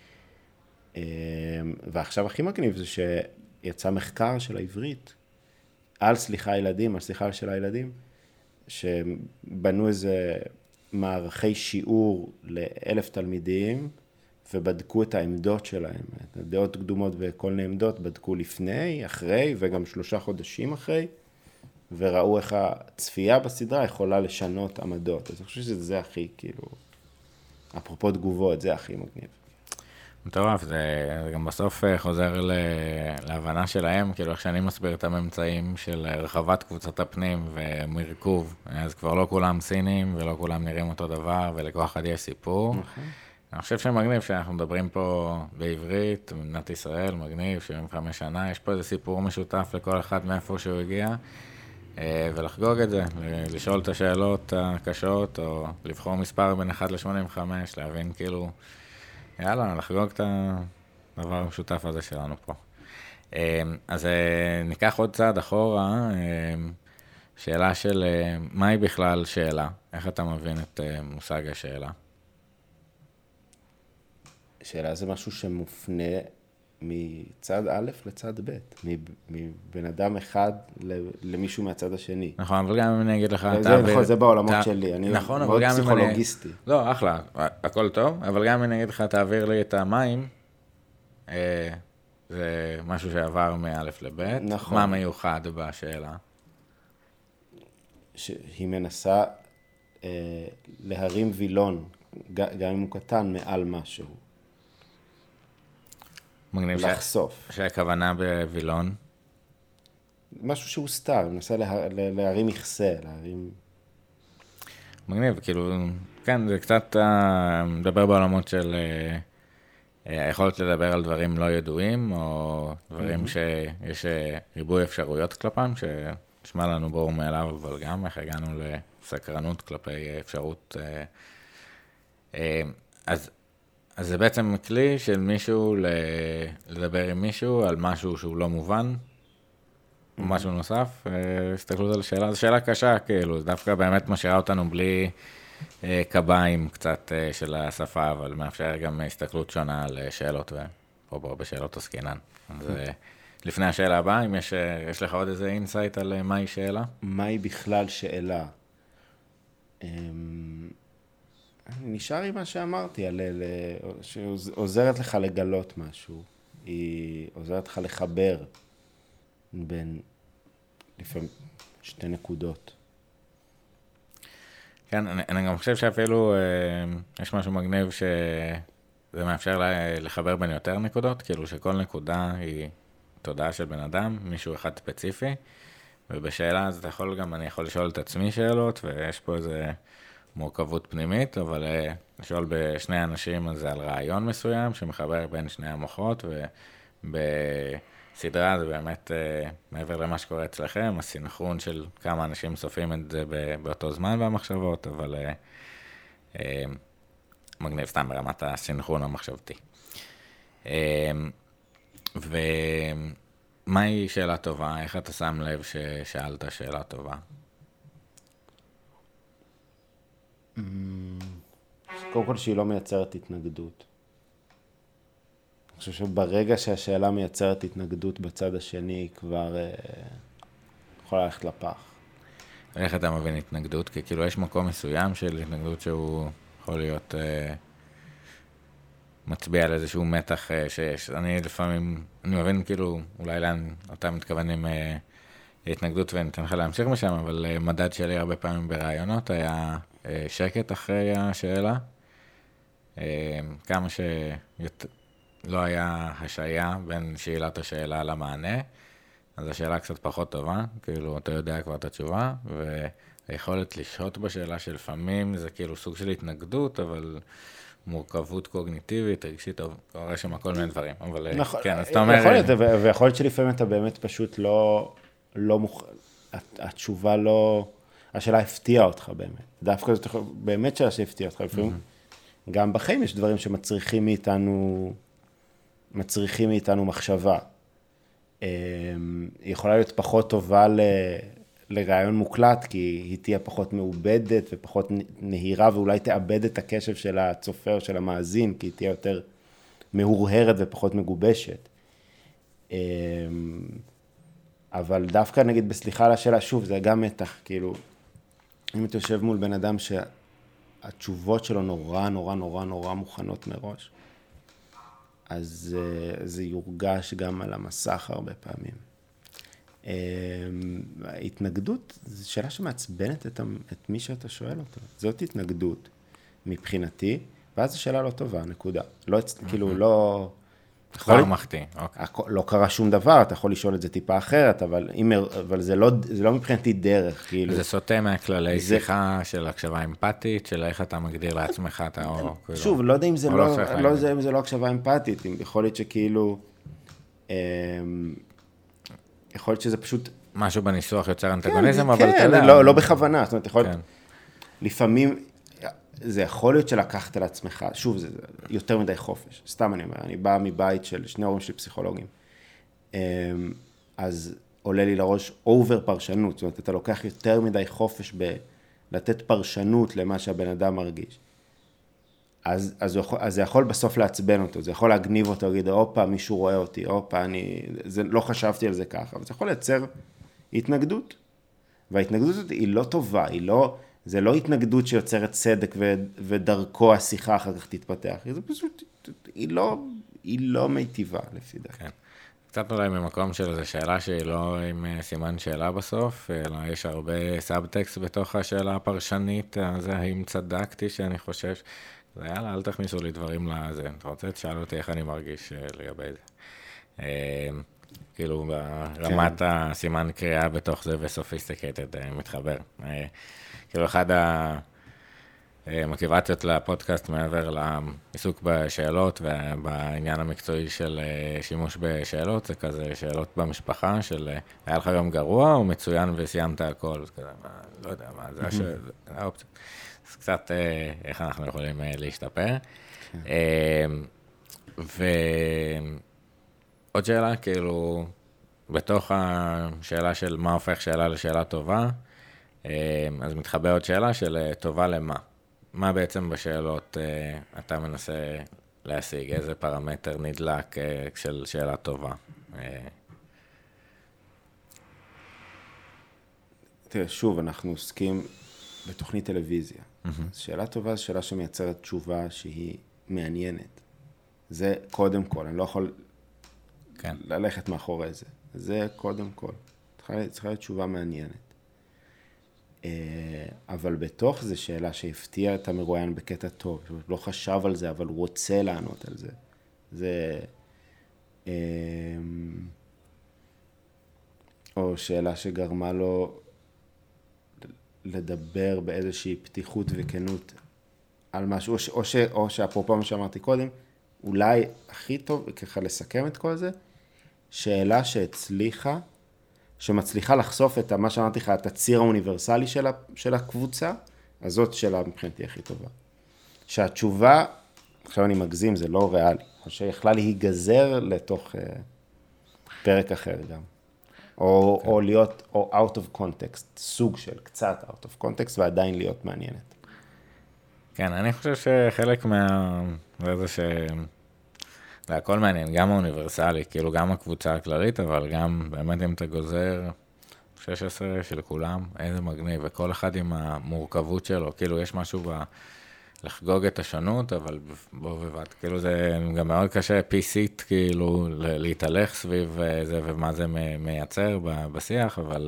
ועכשיו הכי מגניב זה שיצא מחקר של העברית על סליחה של הילדים, שבנו איזה מערכי שיעור ל1,000 תלמידים, ובדקו את העמדות שלהם, את הדעות קדומות וכל מיני עמדות, בדקו לפני, אחרי, וגם 3 חודשים אחרי, וראו איך הצפייה בסדרה יכולה לשנות עמדות. אז אני חושב שזה הכי, כאילו, אפרופו תגובות, זה הכי מגניב. מטורף, זה גם בסוף חוזר להבנה שלהם, כאילו איך שאני מסביר את הממצאים של רחבת קבוצת הפנים ומרכוב, אז כבר לא כולם סינים ולא כולם נראים אותו דבר, ולכל אחד יש סיפור. אני חושב שמגניב שאנחנו מדברים פה בעברית, במדינת ישראל, מגניב, 75 שנה, יש פה איזה סיפור משותף לכל אחד מאיפה שהוא הגיע, ולחגוג את זה, לשאול את השאלות הקשות, או לבחור מספר בין 1 ל-85, להבין כאילו, יאללה, לחגוג את הדבר המשותף הזה שלנו פה. אז ניקח עוד צעד אחורה, שאלה של מהי בכלל שאלה? איך אתה מבין את מושג השאלה? שאלה זה משהו שמופנה מצד א' לצד ב', מבן אדם אחד למישהו מהצד השני. נכון, אבל גם אם אני אגיד לך... זה בעולמות שלי, אני מאוד פסיכולוגיסטי. לא, אחלה, הכל טוב, אבל גם אם אני אגיד לך, תעביר לי את המים, זה משהו שעבר מא' לב'. נכון. מה מיוחד בשאלה? שהיא מנסה להרים וילון, גם אם הוא קטן, מעל משהו. מגניב לחשוף. שהכוונה בווילון? משהו שהוא סתר, מנסה להרים מכסה, להרים... מגניב, כאילו, כן, זה קצת מדבר בעולמות של היכולת לדבר על דברים לא ידועים, או דברים שיש ריבוי אפשרויות כלפם, שנשמע לנו ברור מאליו, אבל גם איך הגענו לסקרנות כלפי אפשרות. אז זה בעצם כלי של מישהו לדבר עם מישהו על משהו שהוא לא מובן, או משהו נוסף, הסתכלות על שאלה, זו שאלה קשה, כאילו, זה דווקא באמת משאירה אותנו בלי קביים קצת של השפה, אבל מאפשר גם הסתכלות שונה על שאלות, ופה בשאלות עסקינן. אז לפני השאלה הבאה, אם יש לך עוד איזה אינסייט על מהי שאלה? מהי בכלל שאלה? אני נשאר עם מה שאמרתי, שעוזרת לך לגלות משהו, היא עוזרת לך לחבר בין לפעמים שתי נקודות. כן, אני גם חושב שאפילו יש משהו מגניב שזה מאפשר לחבר בין יותר נקודות, כאילו שכל נקודה היא תודעה של בן אדם, מישהו אחד ספציפי, ובשאלה אז אני יכול לשאול את עצמי שאלות, ויש פה איזה מורכבות פנימית, אבל לשאול בשני אנשים אז זה על רעיון מסוים שמחבר בין שני המוחות, ובסדרה זה באמת מעבר למה שקורה אצלכם, הסינכרון של כמה אנשים סופים את זה באותו זמן במחשבות, אבל מגניב סתם ברמת הסינכרון המחשבתי. ומהי שאלה טובה? איך אתה שם לב ששאלת שאלה טובה? קודם כל שהיא לא מייצרת התנגדות. אני חושב שברגע שהשאלה מייצרת התנגדות בצד השני, היא כבר יכולה ללכת לפח. איך אתה מבין התנגדות? כי כאילו יש מקום מסוים של התנגדות שהוא יכול להיות מצביע על איזשהו מתח שיש. אני לפעמים, אני מבין כאילו אולי לאן אתה מתכוון עם התנגדות וניתן לך להמשיך משם, אבל מדד שלי הרבה פעמים ברעיונות היה שקט אחרי השאלה. כמה שלא היה השעיה בין שאלת השאלה למענה, אז השאלה קצת פחות טובה, כאילו אתה יודע כבר את התשובה, והיכולת לשהות בשאלה שלפעמים זה כאילו סוג של התנגדות, אבל מורכבות קוגניטיבית, רגשית, קורה שם כל מיני דברים, אבל נכון, כן, אז אתה אומר... יכול להיות, ויכול להיות שלפעמים אתה באמת פשוט התשובה לא... השאלה הפתיעה אותך באמת. דווקא זאת באמת שאלה שהפתיעה אותך. לפעמים גם בחיים יש דברים שמצריכים מאיתנו מחשבה. היא יכולה להיות פחות טובה לרעיון מוקלט, כי היא תהיה פחות מעובדת ופחות נהירה, ואולי תאבד את הקשב של הצופר, של המאזין, כי היא תהיה יותר מהורהרת ופחות מגובשת. אבל דווקא נגיד בסליחה על השאלה, שוב, זה גם מתח, כאילו, אם אתה יושב מול בן אדם שהתשובות שלו נורא נורא נורא נורא מוכנות מראש, אז זה יורגש גם על המסך הרבה פעמים. התנגדות, זו שאלה שמעצבנת את מי שאתה שואל אותו. זאת התנגדות מבחינתי, ואז זו שאלה לא טובה, נקודה. כאילו לא... כבר מחטיא, אוקיי. לא קרה שום דבר, אתה יכול לשאול את זה טיפה אחרת, אבל זה לא מבחינתי דרך, כאילו. זה סוטה מהכללי שיחה של הקשבה אמפתית, של איך אתה מגדיר לעצמך את האור. שוב, לא יודע אם זה לא הקשבה אמפתית, יכול להיות שכאילו, יכול להיות שזה פשוט... משהו בניסוח יוצר אנטגוניזם, אבל אתה יודע. כן, לא בכוונה, זאת אומרת, יכול להיות, לפעמים... זה יכול להיות שלקחת על עצמך, שוב, זה יותר מדי חופש, סתם אני אומר, אני בא מבית של שני הורים שלי פסיכולוגים, אז עולה לי לראש אובר פרשנות, זאת אומרת, אתה לוקח יותר מדי חופש לתת פרשנות למה שהבן אדם מרגיש, אז זה יכול בסוף לעצבן אותו, זה יכול להגניב אותו, להגיד, אופה, מישהו רואה אותי, אופה, לא חשבתי על זה ככה, אבל זה יכול לייצר התנגדות, וההתנגדות הזאת היא לא טובה, זה לא התנגדות שיוצרת צדק ודרכו השיחה אחר כך תתפתח. זה פשוט, היא לא מיטיבה לפי דרך. כן. קצת אולי ממקום של איזו שאלה שהיא לא עם סימן שאלה בסוף, אלא יש הרבה סאבטקסט בתוך השאלה הפרשנית, זה האם צדקתי שאני חושב, זה יאללה, אל תכניסו לי דברים לזה. אתה רוצה, תשאל אותי איך אני מרגיש לגבי זה. כאילו ברמת הסימן קריאה בתוך זה וסופיסטיקטד מתחבר. כאילו אחד מוטיבציות לפודקאסט מעבר לעיסוק בשאלות ובעניין המקצועי של שימוש בשאלות, זה כזה שאלות במשפחה של היה לך יום גרוע או מצוין וסיימת הכל, זה כזה, לא יודע מה, זה האופציה. אז קצת איך אנחנו יכולים להשתפר. ועוד שאלה, כאילו, בתוך השאלה של מה הופך שאלה לשאלה טובה, אז מתחבא עוד שאלה של טובה למה. מה בעצם בשאלות אתה מנסה להשיג? איזה פרמטר נדלק של שאלה טובה? תראה, שוב, אנחנו עוסקים בתוכנית טלוויזיה. שאלה טובה זו שאלה שמייצרת תשובה שהיא מעניינת. זה קודם כל, אני לא יכול ללכת מאחורי זה. זה קודם כל. צריכה להיות תשובה מעניינת. אבל בתוך זה שאלה שהפתיע את המרואיין בקטע טוב, שהוא לא חשב על זה, אבל הוא רוצה לענות על זה. זה... או שאלה שגרמה לו לדבר באיזושהי פתיחות וכנות על משהו, או שאפרופו מה שאמרתי קודם, אולי הכי טוב, ככה לסכם את כל זה, שאלה שהצליחה, שמצליחה לחשוף את מה שאמרתי לך, את הציר האוניברסלי של הקבוצה, אז זאת שאלה מבחינתי הכי טובה. שהתשובה, עכשיו אני מגזים, זה לא ריאלי, או שיכלה להיגזר לתוך פרק אחר גם. או להיות, או out of context, סוג של קצת out of context, ועדיין להיות מעניינת. כן, אני חושב שחלק זה זה הכל מעניין, גם האוניברסלי, כאילו גם הקבוצה הכללית, אבל גם באמת אם אתה גוזר 16 של כולם, איזה מגניב, וכל אחד עם המורכבות שלו, כאילו יש משהו לחגוג את השונות, אבל בו בבת, כאילו זה גם מאוד קשה, PC, כאילו להתהלך סביב זה ומה זה מייצר בשיח, אבל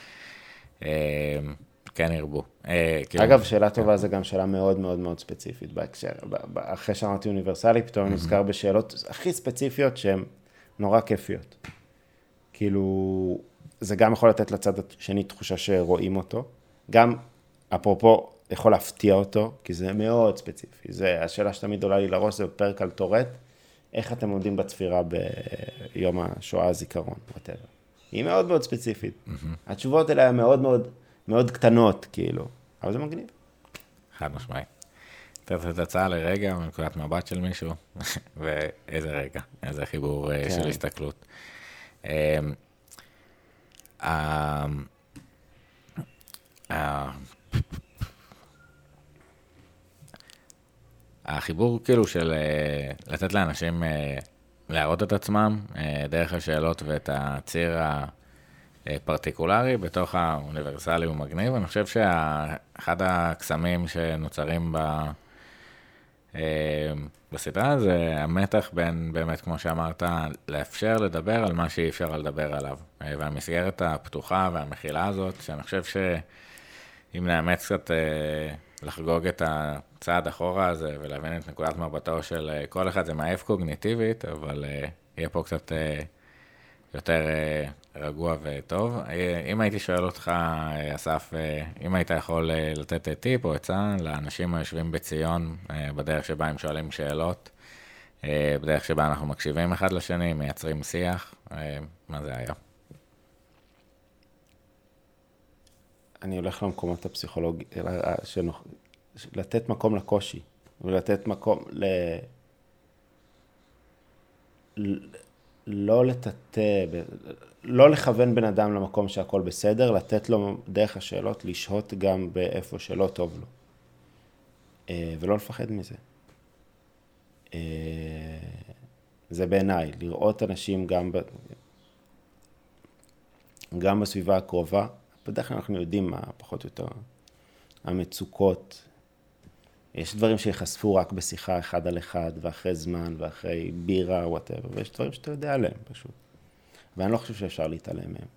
כן ירבו. אגב, שאלה טובה זה גם שאלה מאוד מאוד מאוד ספציפית בהקשר. אחרי שאמרתי אוניברסלי, פתאום אני נזכר בשאלות הכי ספציפיות שהן נורא כיפיות. כאילו, זה גם יכול לתת לצד השני תחושה שרואים אותו. גם, אפרופו, יכול להפתיע אותו, כי זה מאוד ספציפי. זה השאלה שתמיד עולה לי לראש, זה בפרק על טורט. איך אתם עומדים בצפירה ביום השואה הזיכרון, whatever. היא מאוד מאוד ספציפית. התשובות האלה הן מאוד מאוד מאוד קטנות, כאילו, אבל זה מגניב. חד משמעית. תתת הצעה לרגע, מנקודת מבט של מישהו, ואיזה רגע, איזה חיבור של הסתכלות. החיבור כאילו של לתת לאנשים להראות את עצמם, דרך השאלות ואת הציר פרטיקולרי, בתוך האוניברסלי ומגניב. אני חושב שאחד הקסמים שנוצרים בסדרה זה המתח בין, באמת כמו שאמרת, לאפשר לדבר על מה שאי אפשר לדבר עליו. והמסגרת הפתוחה והמכילה הזאת, שאני חושב שאם נאמץ קצת לחגוג את הצעד אחורה הזה ולהבין את נקודת מבטו של כל אחד, זה מעייף קוגניטיבית, אבל יהיה פה קצת יותר רגוע וטוב. אם הייתי שואל אותך, אסף, אם היית יכול לתת טיפ או עצה לאנשים היושבים בציון, בדרך שבה הם שואלים שאלות, בדרך שבה אנחנו מקשיבים אחד לשני, מייצרים שיח, מה זה היה? אני הולך למקומות הפסיכולוגיים, לתת מקום לקושי, ולתת מקום לא לטאטא, לא לכוון בן אדם למקום שהכל בסדר, לתת לו דרך השאלות, לשהות גם באיפה שלא טוב לו. ולא לפחד מזה. זה בעיניי, לראות אנשים גם בסביבה הקרובה, בדרך כלל אנחנו יודעים מה פחות או יותר המצוקות. יש דברים שיחשפו רק בשיחה אחד על אחד, ואחרי זמן, ואחרי בירה, whatever, ויש דברים שאתה יודע עליהם פשוט. ואני לא חושב שאפשר להתעלם מהם.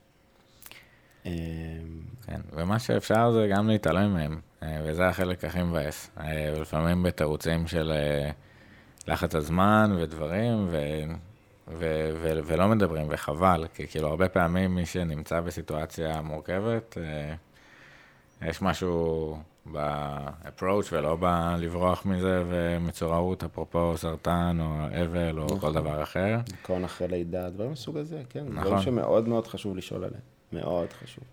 כן, ומה שאפשר זה גם להתעלם מהם, וזה החלק הכי מבאס. ולפעמים בתירוצים של לחץ הזמן ודברים, ולא מדברים, וחבל, כי כאילו הרבה פעמים מי שנמצא בסיטואציה מורכבת, יש משהו ב-approach ולא בלברוח מזה ומצורעות, אפרופו סרטן או אבל או כל דבר אחר. דיכאון אחרי לידה, דברים מסוג הזה, כן. נכון. דברים שמאוד מאוד חשוב לשאול עליהם. מאוד חשוב.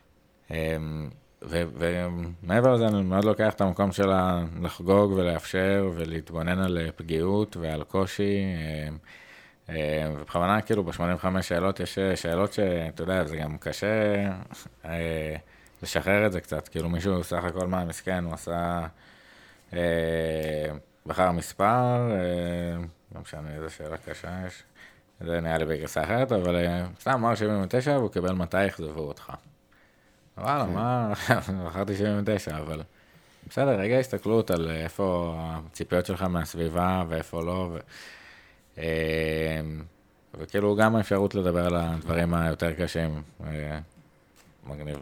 ומעבר לזה, אני מאוד לוקח את המקום שלה לחגוג ולאפשר ולהתבונן על פגיעות ועל קושי. ובכוונה, כאילו, ב-85 שאלות יש שאלות שאתה יודע, זה גם קשה לשחרר את זה קצת. כאילו, מישהו סך הכל מה מסכן, הוא עשה בחר מספר, לא משנה איזה שאלה קשה יש. זה נראה לי בגרסה אחרת, אבל סתם אמר 79 והוא קיבל 200 אכזבו אותך. וואלה, מה? בחרתי 79, אבל בסדר, רגע הסתכלות על איפה הציפיות שלך מהסביבה ואיפה לא, וכאילו גם האפשרות לדבר על הדברים היותר קשים, מגניב.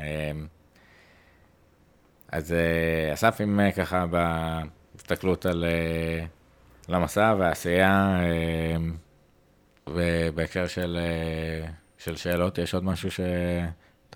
אז אסף, אם ככה בהסתכלות על המסע והעשייה, ובהקשר של שאלות, יש עוד משהו שאתה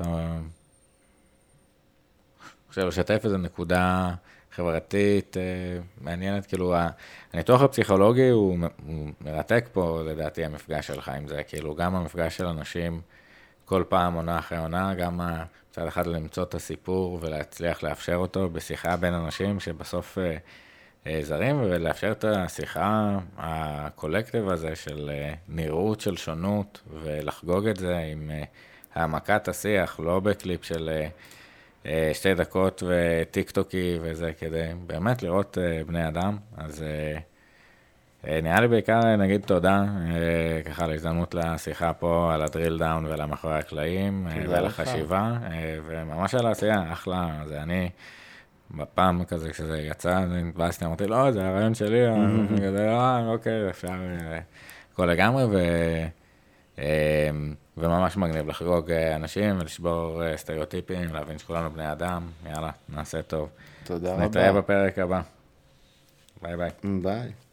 חושב לשתף איזו נקודה חברתית מעניינת? כאילו, הניתוח הפסיכולוגי הוא מרתק פה, לדעתי, המפגש שלך עם זה. כאילו, גם המפגש של אנשים כל פעם עונה אחרי עונה, גם מצד אחד למצוא את הסיפור ולהצליח לאפשר אותו בשיחה בין אנשים שבסוף זרים, ולאפשר את השיחה הקולקטיב הזה של נראות של שונות, ולחגוג את זה עם העמקת השיח, לא בקליפ של 2 דקות וטיק-טוקי וזה, כדי באמת לראות בני אדם. אז נראה לי בעיקר נגיד תודה, ככה להזדמנות לשיחה פה על הדריל דאון ולמאחורי הקלעים, ועל החשיבה, וממש על העשייה, אחלה. זה אני בפעם כזה, כשזה יצא, התבאסתי, אמרתי, לא, זה הרעיון שלי, אוקיי, אפשר כל לגמרי, וממש מגניב לחגוג אנשים ולשבור סטריאוטיפים, להבין שכולנו בני אדם. יאללה, נעשה טוב. תודה רבה. נתראה בפרק הבא. ביי ביי. ביי.